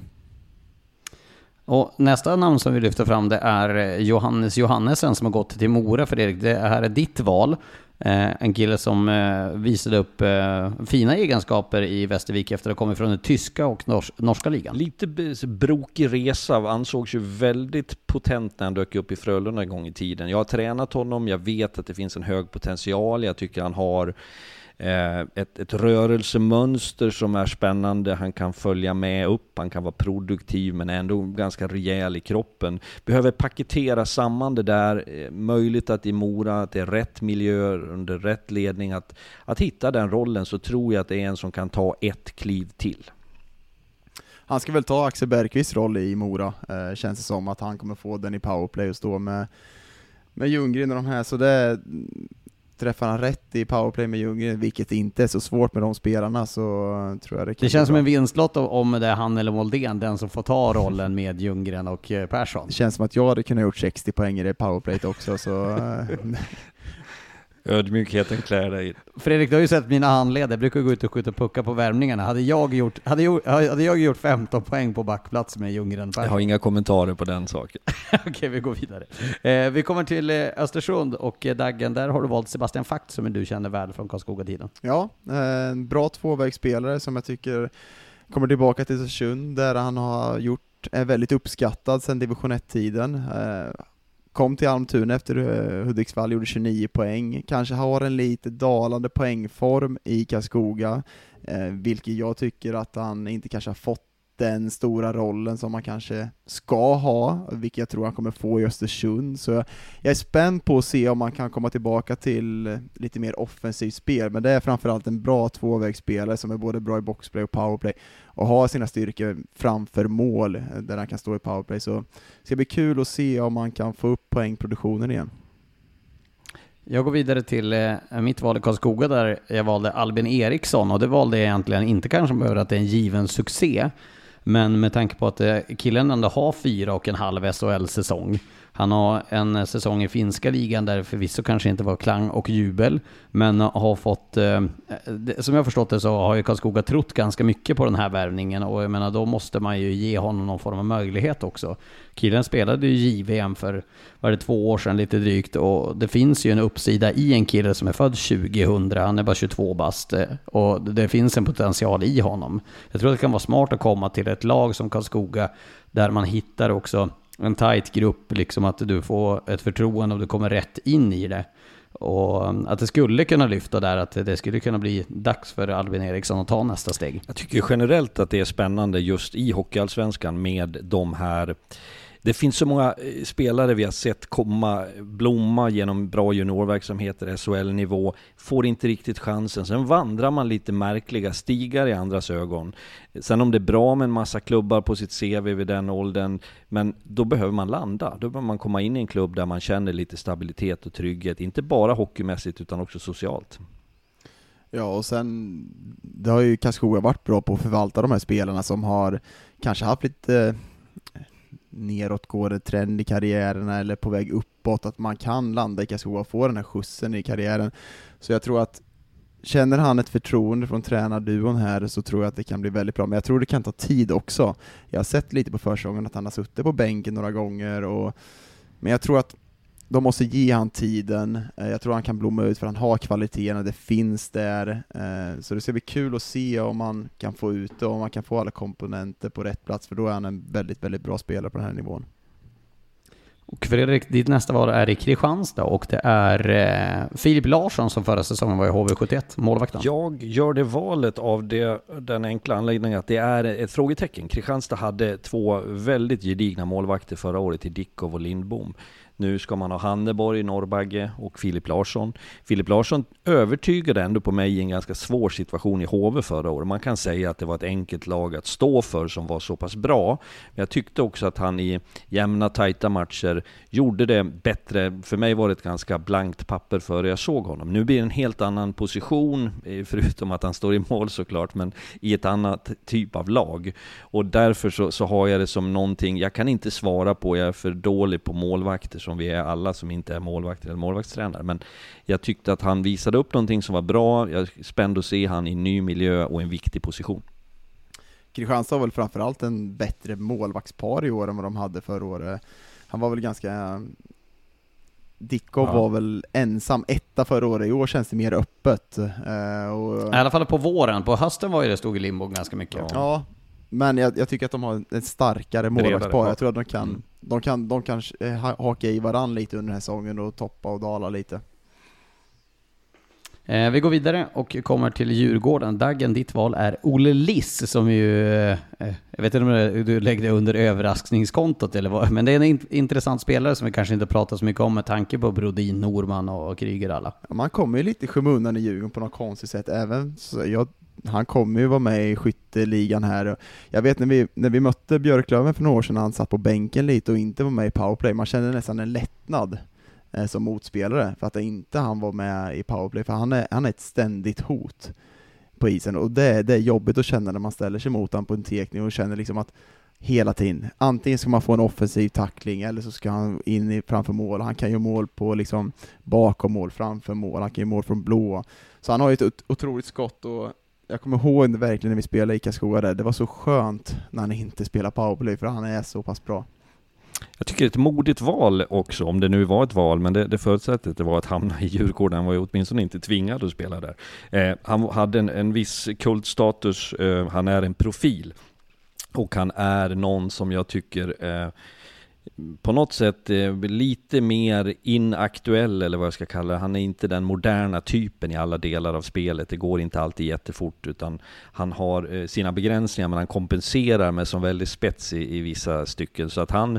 D: Och nästa namn som vi lyfter fram, det är Johannes Johannesen som har gått till Mora. För Erik, det här är ditt val. En kille som visade upp fina egenskaper i Västervik efter att ha kommit från den tyska och norska ligan.
F: Lite brokig resa, ansågs ju väldigt potent när han dök upp i Frölunda en gång i tiden. Jag har tränat honom, jag vet att det finns en hög potential, jag tycker han har ett rörelsemönster som är spännande. Han kan följa med upp, han kan vara produktiv men ändå ganska rejäl i kroppen. Behöver paketera samman det där. Möjligt att i Mora, att det är rätt miljö under rätt ledning, att hitta den rollen, så tror jag att det är en som kan ta ett kliv till.
E: Han ska väl ta Axel Bergqvists roll i Mora, känns det som att han kommer få den i powerplay och stå med Ljunggren och de här, så det träffar han rätt i powerplay med Ljunggren, vilket inte är så svårt med de spelarna, så tror jag det
D: känns som en vinstlott om det är han eller Moldén, den som får ta rollen med Ljunggren och Persson.
E: Det känns som att jag hade kunnat gjort 60 poäng i det powerplay också, så
F: ödmjukheten klär dig.
D: Fredrik, du har ju sett mina handleder. Jag brukar gå ut och skjuta puckar på värmningarna. Hade jag gjort 15 poäng på backplats med Ljunggren?
F: Jag har inga kommentarer på den saken.
D: Okej, vi går vidare. Vi kommer till Östersund och Daggen. Där har du valt Sebastian Fakt som du känner väl från Karlskoga-tiden.
E: Ja, en bra tvåvägsspelare som jag tycker kommer tillbaka till Östersund, där han har är väldigt uppskattad sedan division 1-tiden. Kom till Almtuna efter Hudiksvall, gjorde 29 poäng. Kanske har en lite dalande poängform i Karlskoga, vilket jag tycker att han inte kanske har fått den stora rollen som man kanske ska ha, vilket jag tror han kommer få i Östersund. Så jag är spänd på att se om man kan komma tillbaka till lite mer offensivt spel, men det är framförallt en bra tvåvägsspelare som är både bra i boxplay och powerplay och har sina styrkor framför mål där han kan stå i powerplay. Så det ska bli kul att se om man kan få upp poängproduktionen igen.
D: Jag går vidare till mitt val i Karlskoga, där jag valde Albin Eriksson, och det valde jag egentligen inte kanske för att det är en given succé, men med tanke på att killen ändå har 4,5 SHL-säsong. Han har en säsong i finska ligan där förvisso kanske inte var klang och jubel, men har fått, som jag har förstått det, så har ju Karlskoga trott ganska mycket på den här värvningen, och jag menar, då måste man ju ge honom någon form av möjlighet också. Killen spelade ju JVM för 2 år sedan lite drygt, och det finns ju en uppsida i en kille som är född 2000, han är bara 22 bast, och det finns en potential i honom. Jag tror att det kan vara smart att komma till ett lag som Karlskoga där man hittar också en tight grupp, liksom att du får ett förtroende och du kommer rätt in i det. Och att det skulle kunna lyfta där, att det skulle kunna bli dags för Albin Eriksson att ta nästa steg.
F: Jag tycker generellt att det är spännande just i Hockeyallsvenskan med de här. Det finns så många spelare vi har sett blomma genom bra juniorverksamheter, SHL-nivå, får inte riktigt chansen. Sen vandrar man lite märkliga stigar i andras ögon. Sen om det är bra med en massa klubbar på sitt CV vid den åldern, men då behöver man landa. Då behöver man komma in i en klubb där man känner lite stabilitet och trygghet, inte bara hockeymässigt utan också socialt.
E: Ja, och sen det har ju Karlskoga varit bra på att förvalta de här spelarna som har kanske haft lite neråtgående trend i karriärerna eller på väg uppåt, att man kan landa i Karlskoga och få den här skjutsen i karriären. Så jag tror att känner han ett förtroende från tränarduon här, så tror jag att det kan bli väldigt bra. Men jag tror det kan ta tid också. Jag har sett lite på försäsongen att han har suttit på bänken några gånger, men jag tror att de måste ge han tiden. Jag tror han kan blomma ut för han har kvaliteterna, det finns där. Så det ska bli kul att se om man kan få ut det, om man kan få alla komponenter på rätt plats, för då är han en väldigt, väldigt bra spelare på den här nivån.
D: Och Fredrik, ditt nästa val är i Kristianstad och det är Filip Larsson som förra säsongen var i HV71, målvakten.
F: Jag gör det valet av den enkla anledningen att det är ett frågetecken. Kristianstad hade 2 väldigt gedigna målvakter förra året i Dickov och Lindbom. Nu ska man ha Hanneborg, Norrbagge och Filip Larsson. Filip Larsson övertygade ändå på mig i en ganska svår situation i HV förra året. Man kan säga att det var ett enkelt lag att stå för som var så pass bra. Men jag tyckte också att han i jämna, tajta matcher gjorde det bättre. För mig var det ett ganska blankt papper före jag såg honom. Nu blir det en helt annan position, förutom att han står i mål såklart, men i ett annat typ av lag. Och därför så har jag det som någonting, jag kan inte svara på, jag är för dålig på målvakter som vi är alla som inte är målvakter eller målvaktstränare, men jag tyckte att han visade upp någonting som var bra. Jag är spänd att se han i en ny miljö och en viktig position.
E: Kristianstad har väl framförallt en bättre målvaktspar i år än vad de hade förra året. Han var väl ganska... Dickov var väl ensam etta förra året. I år känns det mer öppet.
D: I alla fall på våren. På hösten var ju det stod i limbo ganska mycket.
E: Ja, men jag tycker att de har ett starkare målvaktspar. Jag tror att de kan haka i varann lite under den här säsongen och toppa och dala lite.
D: Vi går vidare och kommer till Djurgården. Daggen, ditt val är Olle Liss som ju, jag vet inte om du lägger det under överraskningskontot eller vad, men det är en intressant spelare som vi kanske inte pratar så mycket om med tanke på Brodin, Norman och Kryger alla. Ja,
E: man kommer ju lite i skymundan i Djurgården på något konstigt sätt. Även så han kommer ju vara med i skytteligan här. Jag vet när vi mötte Björklöven för några år sedan, han satt på bänken lite och inte var med i powerplay. Man kände nästan en lättnad som motspelare för att inte han var med i powerplay, för han är ett ständigt hot på isen, och det är jobbigt att känna när man ställer sig mot han på en tekning och känner liksom att hela tiden, antingen ska man få en offensiv tackling eller så ska han in framför mål. Han kan ju mål på liksom bakom mål, framför mål, han kan ju mål från blå, så han har ju ett otroligt skott. Och jag kommer ihåg verkligen när vi spelade i Karlskoga där, det var så skönt när han inte spelar powerplay, för han är så pass bra.
F: Jag tycker ett modigt val också, om det nu var ett val, men det förutsätter att det var att hamna i Djurgården. Han var ju åtminstone inte tvingad att spela där. Han hade en viss kultstatus, han är en profil och han är någon som jag tycker på något sätt lite mer inaktuell, eller vad jag ska kalla det. Han är inte den moderna typen i alla delar av spelet. Det går inte alltid jättefort, utan han har sina begränsningar, men han kompenserar med som väldigt spets i vissa stycken. Så att han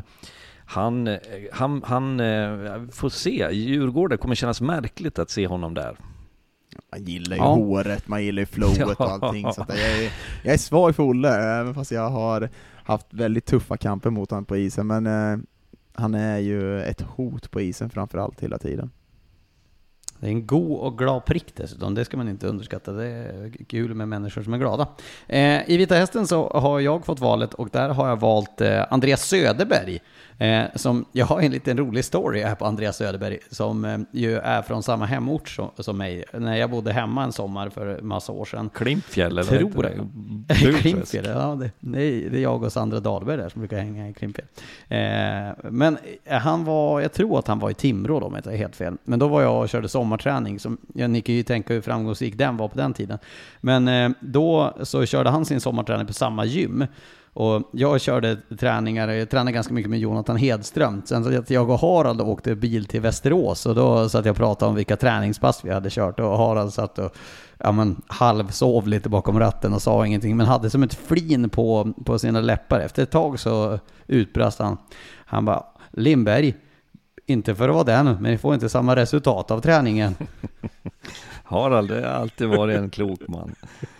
F: får se. Djurgården kommer kännas märkligt att se honom där.
E: Man gillar ju håret, man gillar ju flowet och allting. Så att jag är svag för Olle, även fast jag har haft väldigt tuffa kamper mot honom på isen. Men han är ju ett hot på isen framförallt hela tiden.
D: Det är en god och glad prick dessutom, det ska man inte underskatta. Det är kul med människor som är glada. I Vita Hästen så har jag fått valet, och där har jag valt Andreas Söderberg. Som, jag har en liten rolig story här på Andreas Söderberg, som ju är från samma hemort som mig. När jag bodde hemma en sommar för massa år sedan.
F: Klimpfjäll eller?
D: Tror jag. Klimpfjäll, ja. Nej, det är jag och Sandra Dahlberg där som brukar hänga i Klimpfjäll. Men jag tror att han var i Timrå då, om jag inte är helt fel. Men då var jag och körde sommarträning. Ni kan ju tänka hur framgångsrik den var på den tiden. Men då så körde han sin sommarträning på samma gym. Och jag tränade ganska mycket med Jonathan Hedström. Sen så att jag och Harald åkte bil till Västerås, och då satt jag och pratade om vilka träningspass vi hade kört, och Harald satt och halvsov lite bakom ratten och sa ingenting, men hade som ett flin på sina läppar. Efter ett tag så utbrast han bara: Lindberg, inte för att vara den, men ni får inte samma resultat av träningen.
F: Harald har alltid varit en klok man.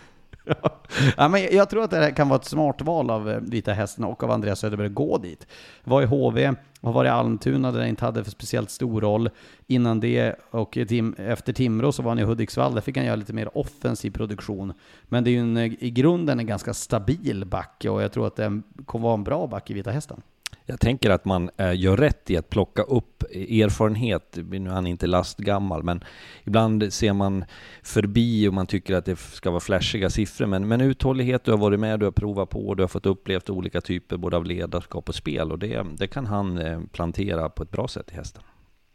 D: Ja, men jag tror att det här kan vara ett smart val av Vita Hästen och av Andreas Söderberg. Gå dit. Var i HV och var i Almtuna där det inte hade för speciellt stor roll. Innan det och efter Timrå så var han i Hudiksvall. Där fick han göra lite mer offensiv produktion. Men det är ju i grunden en ganska stabil back, och jag tror att det kommer vara en bra back i Vita Hästen. Jag
F: tänker att man gör rätt i att plocka upp erfarenhet. Nu är han inte lastgammal, men ibland ser man förbi och man tycker att det ska vara flashiga siffror. Men uthållighet, du har varit med, du har provat på, du har fått upplevt olika typer både av ledarskap och spel. Och det kan han plantera på ett bra sätt i hästen.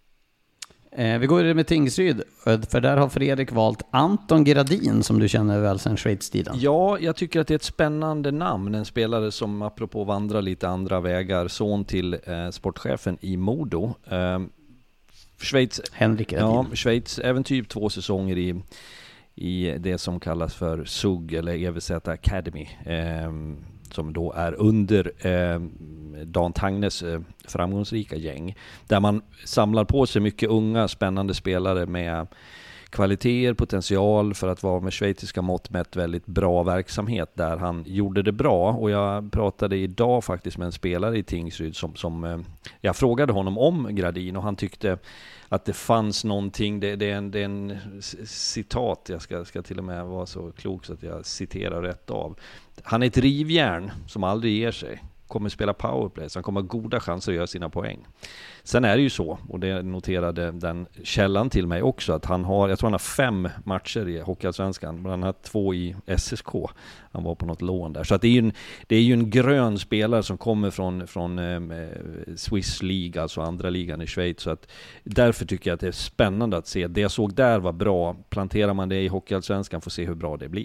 D: Vi går med Tingsryd, för där har Fredrik valt Anton Gradin, som du känner väl sen Schweiz-tiden.
F: Ja, jag tycker att det är ett spännande namn. En spelare som apropå vandrar lite andra vägar, son till sportchefen i Modo. Schweiz,
D: Henrik Gradin.
F: Ja, Schweiz även typ 2 säsonger i det som kallas för SUG eller EVZ Academy. Som då är under Dan Tangnes framgångsrika gäng. Där man samlar på sig mycket unga, spännande spelare med kvaliteter, potential för att vara med schweiziska mått mätt väldigt bra verksamhet där han gjorde det bra. Och jag pratade idag faktiskt med en spelare i Tingsryd som jag frågade honom om Gradin, och han tyckte att det fanns någonting, det är en citat, jag ska till och med vara så klok så att jag citerar rätt av. Han är ett rivjärn som aldrig ger sig. Kommer spela powerplay, så han kommer ha goda chanser att göra sina poäng. Sen är det ju så, och det noterade den källan till mig också, att jag tror han har 5 matcher i Hockeyallsvenskan, bland annat 2 i SSK. Han var på något lån där. Så att det är ju en grön spelare som kommer från Swiss League, alltså andra ligan i Schweiz. Så att därför tycker jag att det är spännande att se. Det jag såg där var bra. Planterar man det i Hockeyallsvenskan får se hur bra det blir.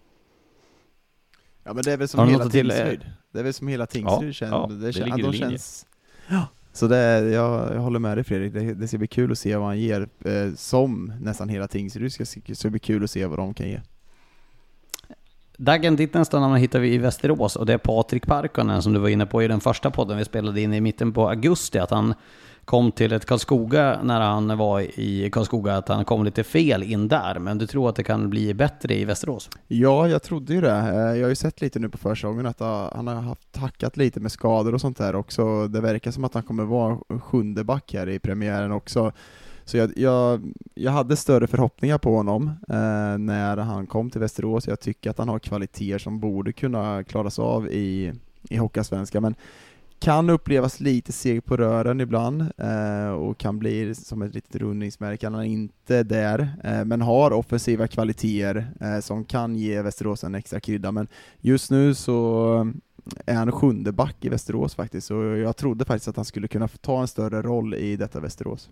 E: Ja, men det är väl som hela Tingsryd. Det är väl som hela Tingsryd känns.
F: Ja, det ligger i linje.
E: Ja. Så jag håller med dig, Fredrik. Det ska bli kul att se vad han ger. Som nästan hela Tingsryd ska det bli kul att se vad de kan ge.
D: Dagen ditt nästa namn hittar vi i Västerås, och det är Patrik Parkkonen som du var inne på i den första podden vi spelade in i mitten på augusti, att han kom till ett Karlskoga när han var i Karlskoga, att han kom lite fel in där, men du tror att det kan bli bättre i Västerås? Ja,
E: jag trodde ju det. Jag har ju sett lite nu på försäsongen att han har haft tackat lite med skador och sånt där också. Det verkar som att han kommer vara 7:e back här i premiären också. Så jag hade större förhoppningar på honom när han kom till Västerås. Jag tycker att han har kvaliteter som borde kunna klaras av i Hockeyallsvenskan, men kan upplevas lite seg på rören ibland och kan bli som ett litet rundningsmärke. Han är inte där, men har offensiva kvaliteter som kan ge Västerås en extra krydda. Men just nu så är han 7:e back i Västerås faktiskt, och jag trodde faktiskt att han skulle kunna ta en större roll i detta Västerås.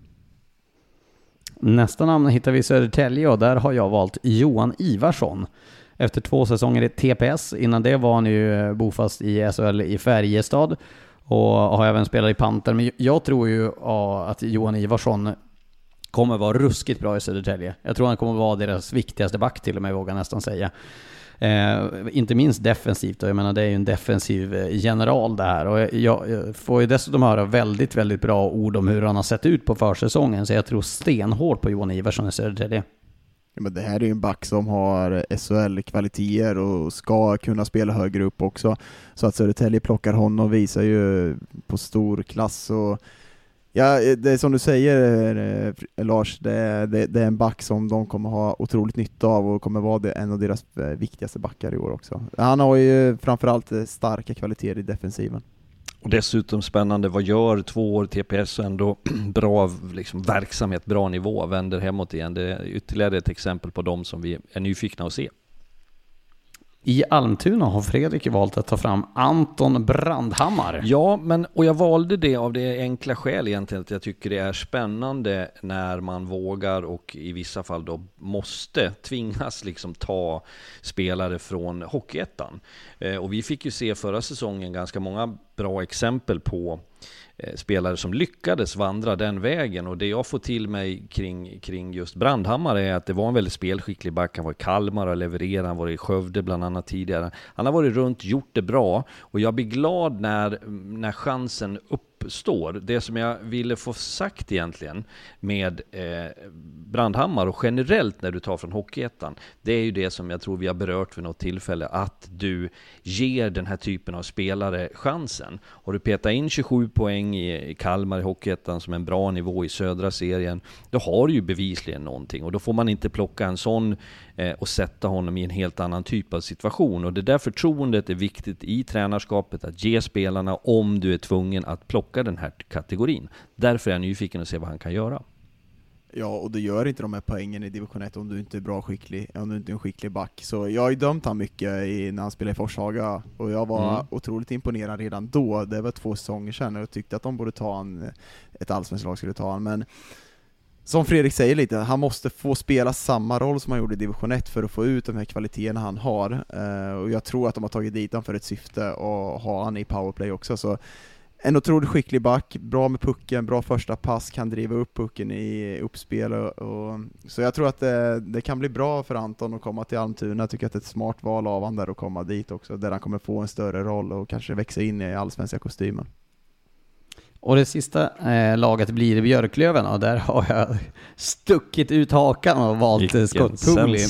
D: Nästa namn hittar vi i Södertälje, och där har jag valt Johan Ivarsson. Efter 2 säsonger i TPS, innan det var han ju bofast i SHL i Färjestad och har även spelat i Panther. Men jag tror ju att Johan Ivarsson kommer vara ruskigt bra i Södertälje. Jag tror han kommer vara deras viktigaste back, till och med vågar nästan säga. Inte minst defensivt, och jag menar det är ju en defensiv general det här, och jag får ju dessutom höra väldigt, väldigt bra ord om hur han har sett ut på försäsongen, så jag tror stenhårt på Johan Ivarsson i Södertälje.
E: Ja, men det här är ju en back som har SHL-kvaliteter och ska kunna spela högre upp också, så att Södertälje plockar honom visar ju på stor klass. Och ja, det är som du säger, Lars, det är en back som de kommer ha otroligt nytta av och kommer vara en av deras viktigaste backar i år också. Han har ju framförallt starka kvaliteter i defensiven.
F: Och dessutom spännande, vad gör 2 år TPS och ändå bra liksom, verksamhet, bra nivå, vänder hemåt igen. Det är ytterligare ett exempel på dem som vi är nyfikna att se.
D: I Almtuna har Fredrik valt att ta fram Anton Brandhammar.
F: Ja, och jag valde det av det enkla skäl egentligen att jag tycker det är spännande när man vågar och i vissa fall då måste tvingas liksom ta spelare från Hockeyettan. Och vi fick ju se förra säsongen ganska många bra exempel på spelare som lyckades vandra den vägen, och det jag får till mig kring just Brandhammar är att det var en väldigt spelskicklig back. Han var i Kalmar och levererade, han var i Skövde bland annat tidigare. Han har varit runt, gjort det bra, och jag blir glad när chansen uppstår. Det som jag ville få sagt egentligen med Brandhammar och generellt när du tar från Hockeyettan, det är ju det som jag tror vi har berört vid något tillfälle, att du ger den här typen av spelare chansen. Och du petar in 27 poäng i Kalmar i Hockeyettan som en bra nivå i södra serien, då har du ju bevisligen någonting, och då får man inte plocka en sån och sätta honom i en helt annan typ av situation. Och det där förtroendet är viktigt i tränarskapet, att ge spelarna om du är tvungen att plocka den här kategorin. Därför är jag nyfiken att se vad han kan göra.
E: Ja, och du gör inte de här poängen i division 1 om du inte är om du inte är en skicklig back. Så jag har ju dömt han mycket när han spelade i Forshaga, och jag var otroligt imponerad redan då. Det var 2 säsonger sedan, och jag tyckte att de borde ta ett allsvenskt lag skulle ta han. Men som Fredrik säger lite, han måste få spela samma roll som han gjorde i division 1 för att få ut de här kvaliteterna han har. Och jag tror att de har tagit dit han för ett syfte och ha han i powerplay också. Så en otroligt skicklig back, bra med pucken, bra första pass, kan driva upp pucken i uppspel. Så jag tror att det kan bli bra för Anton att komma till Almtuna. Jag tycker att det är ett smart val av han där att komma dit också, där han kommer få en större roll och kanske växa in i allsvenska kostymen.
D: Och det sista laget blir Björklöven, och där har jag stuckit ut hakan och valt Scott Pooley.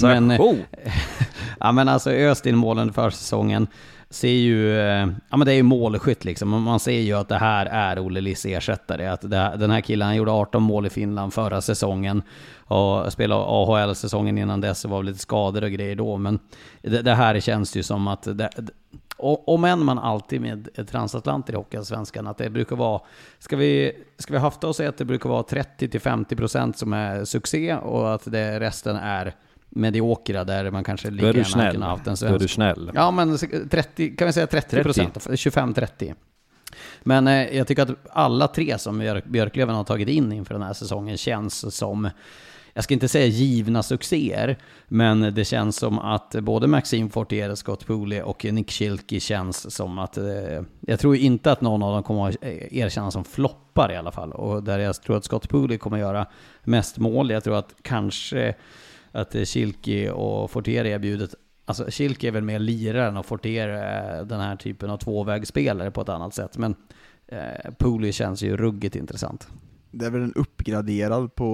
D: Men alltså Östin-målen för säsongen ser ju, men det är ju målskytt liksom. Man ser ju att det här är Olle Liss ersättare, att den här killen, han gjorde 18 mål i Finland förra säsongen och spelade AHL-säsongen innan dess, så var väl lite skador och grejer då, men det här känns ju som att om än man alltid med transatlanter i Hockeyallsvenskan, att det brukar vara, ska vi hafta och säga att det brukar vara 30-50% som är succé, och att resten är mediokra, där man kanske lika gärna kunde haft en svensk.
F: Då är du snäll.
D: Ja, men 30, kan vi säga 30%, 25-30. Men jag tycker att alla 3 som Björklöven har tagit in inför den här säsongen känns som, jag ska inte säga givna succéer, men det känns som att både Maxime Fortier, Scott Pooley och Nick Schilke känns som att jag tror inte att någon av dem kommer att erkänna som floppar i alla fall, och där jag tror att Scott Pooley kommer göra mest mål. Jag tror att kanske att Schilke och Fortier erbjudet, alltså Schilke är väl mer liraren och Fortier den här typen av tvåvägsspelare på ett annat sätt, men Pooley känns ju ruggigt intressant.
E: Det är väl en uppgraderad på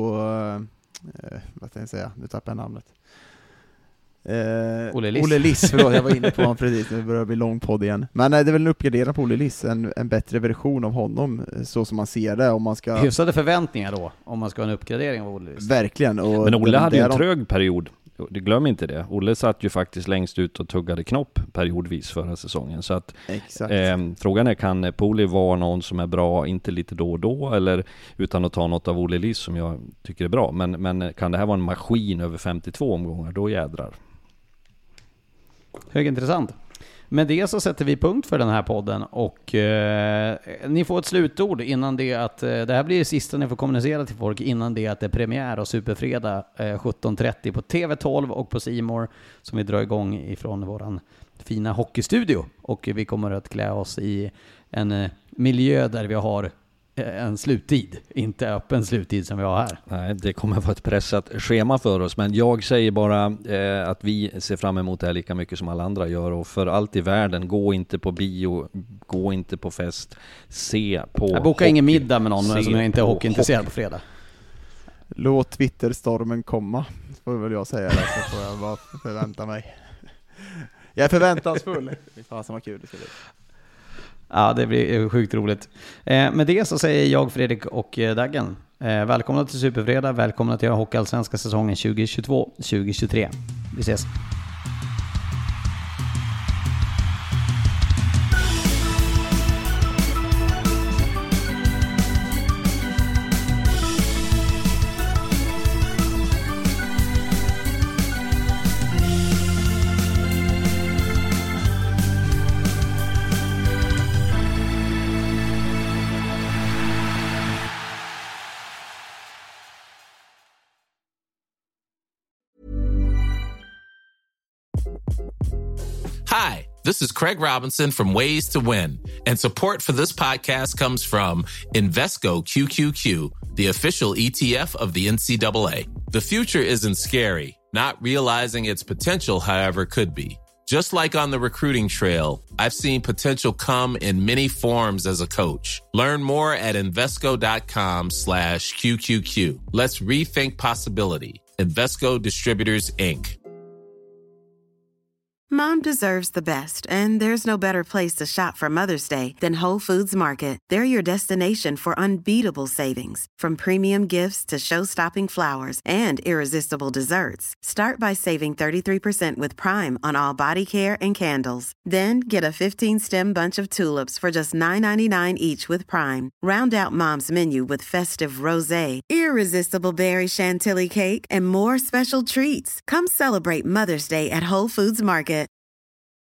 E: vad ska jag säga, nu tappar jag namnet. Olle Liss, förlåt, jag var inne på honom precis, nu börjar det bli lång podd igen. Men det är väl en uppgraderad på Olle Liss, en bättre version av honom, så som man ser det. Om man ska
D: hyfsade förväntningar då, om man ska ha en uppgradering av Olle Liss.
E: Verkligen.
F: Men Olle hade ju en trög period, glöm inte det. Olle satt ju faktiskt längst ut och tuggade knopp periodvis förra säsongen. Så att frågan är, kan Pooley vara någon som är bra, inte lite då och då, eller utan att ta något av Olle Liss som jag tycker är bra. Men kan det här vara en maskin över 52 omgångar, då jädrar.
D: Högintressant. Med det så sätter vi punkt för den här podden, och ni får ett slutord innan det att det här blir det sista ni får kommunicera till folk innan det att det är premiär och Superfredag 17:30 på TV12 och på C More, som vi drar igång ifrån våran fina hockeystudio, och vi kommer att klä oss i en miljö där vi har en sluttid, inte öppen sluttid som vi har här.
F: Nej, det kommer att vara ett pressat schema för oss, men jag säger bara att vi ser fram emot det här lika mycket som alla andra gör, och för allt i världen, gå inte på bio, gå inte på fest, se på
D: jag bokar ingen middag med någon som jag inte är hockeyintresserad på fredag.
E: Låt Twitterstormen komma, får väl jag säga, så får jag bara förvänta mig. Jag är förväntansfull. Fan som var kul det ska bli.
D: Ja, det blir sjukt roligt. Med det så säger jag, Fredrik och Daggen, välkomna till Superfredag, välkomna till Hockeyallsvenska säsongen 2022-2023. Vi ses.
J: Hi, this is Craig Robinson from Ways to Win, and support for this podcast comes from Invesco QQQ, the official ETF of the NCAA. The future isn't scary. Not realizing its potential, however, could be. Just like on the recruiting trail, I've seen potential come in many forms as a coach. Learn more at Invesco.com/QQQ. Let's rethink possibility. Invesco Distributors, Inc.
K: Mom deserves the best, and there's no better place to shop for Mother's Day than Whole Foods Market. They're your destination for unbeatable savings, from premium gifts to show-stopping flowers and irresistible desserts. Start by saving 33% with Prime on all body care and candles. Then get a 15-stem bunch of tulips for just $9.99 each with Prime. Round out Mom's menu with festive rosé, irresistible berry chantilly cake, and more special treats. Come celebrate Mother's Day at Whole Foods Market.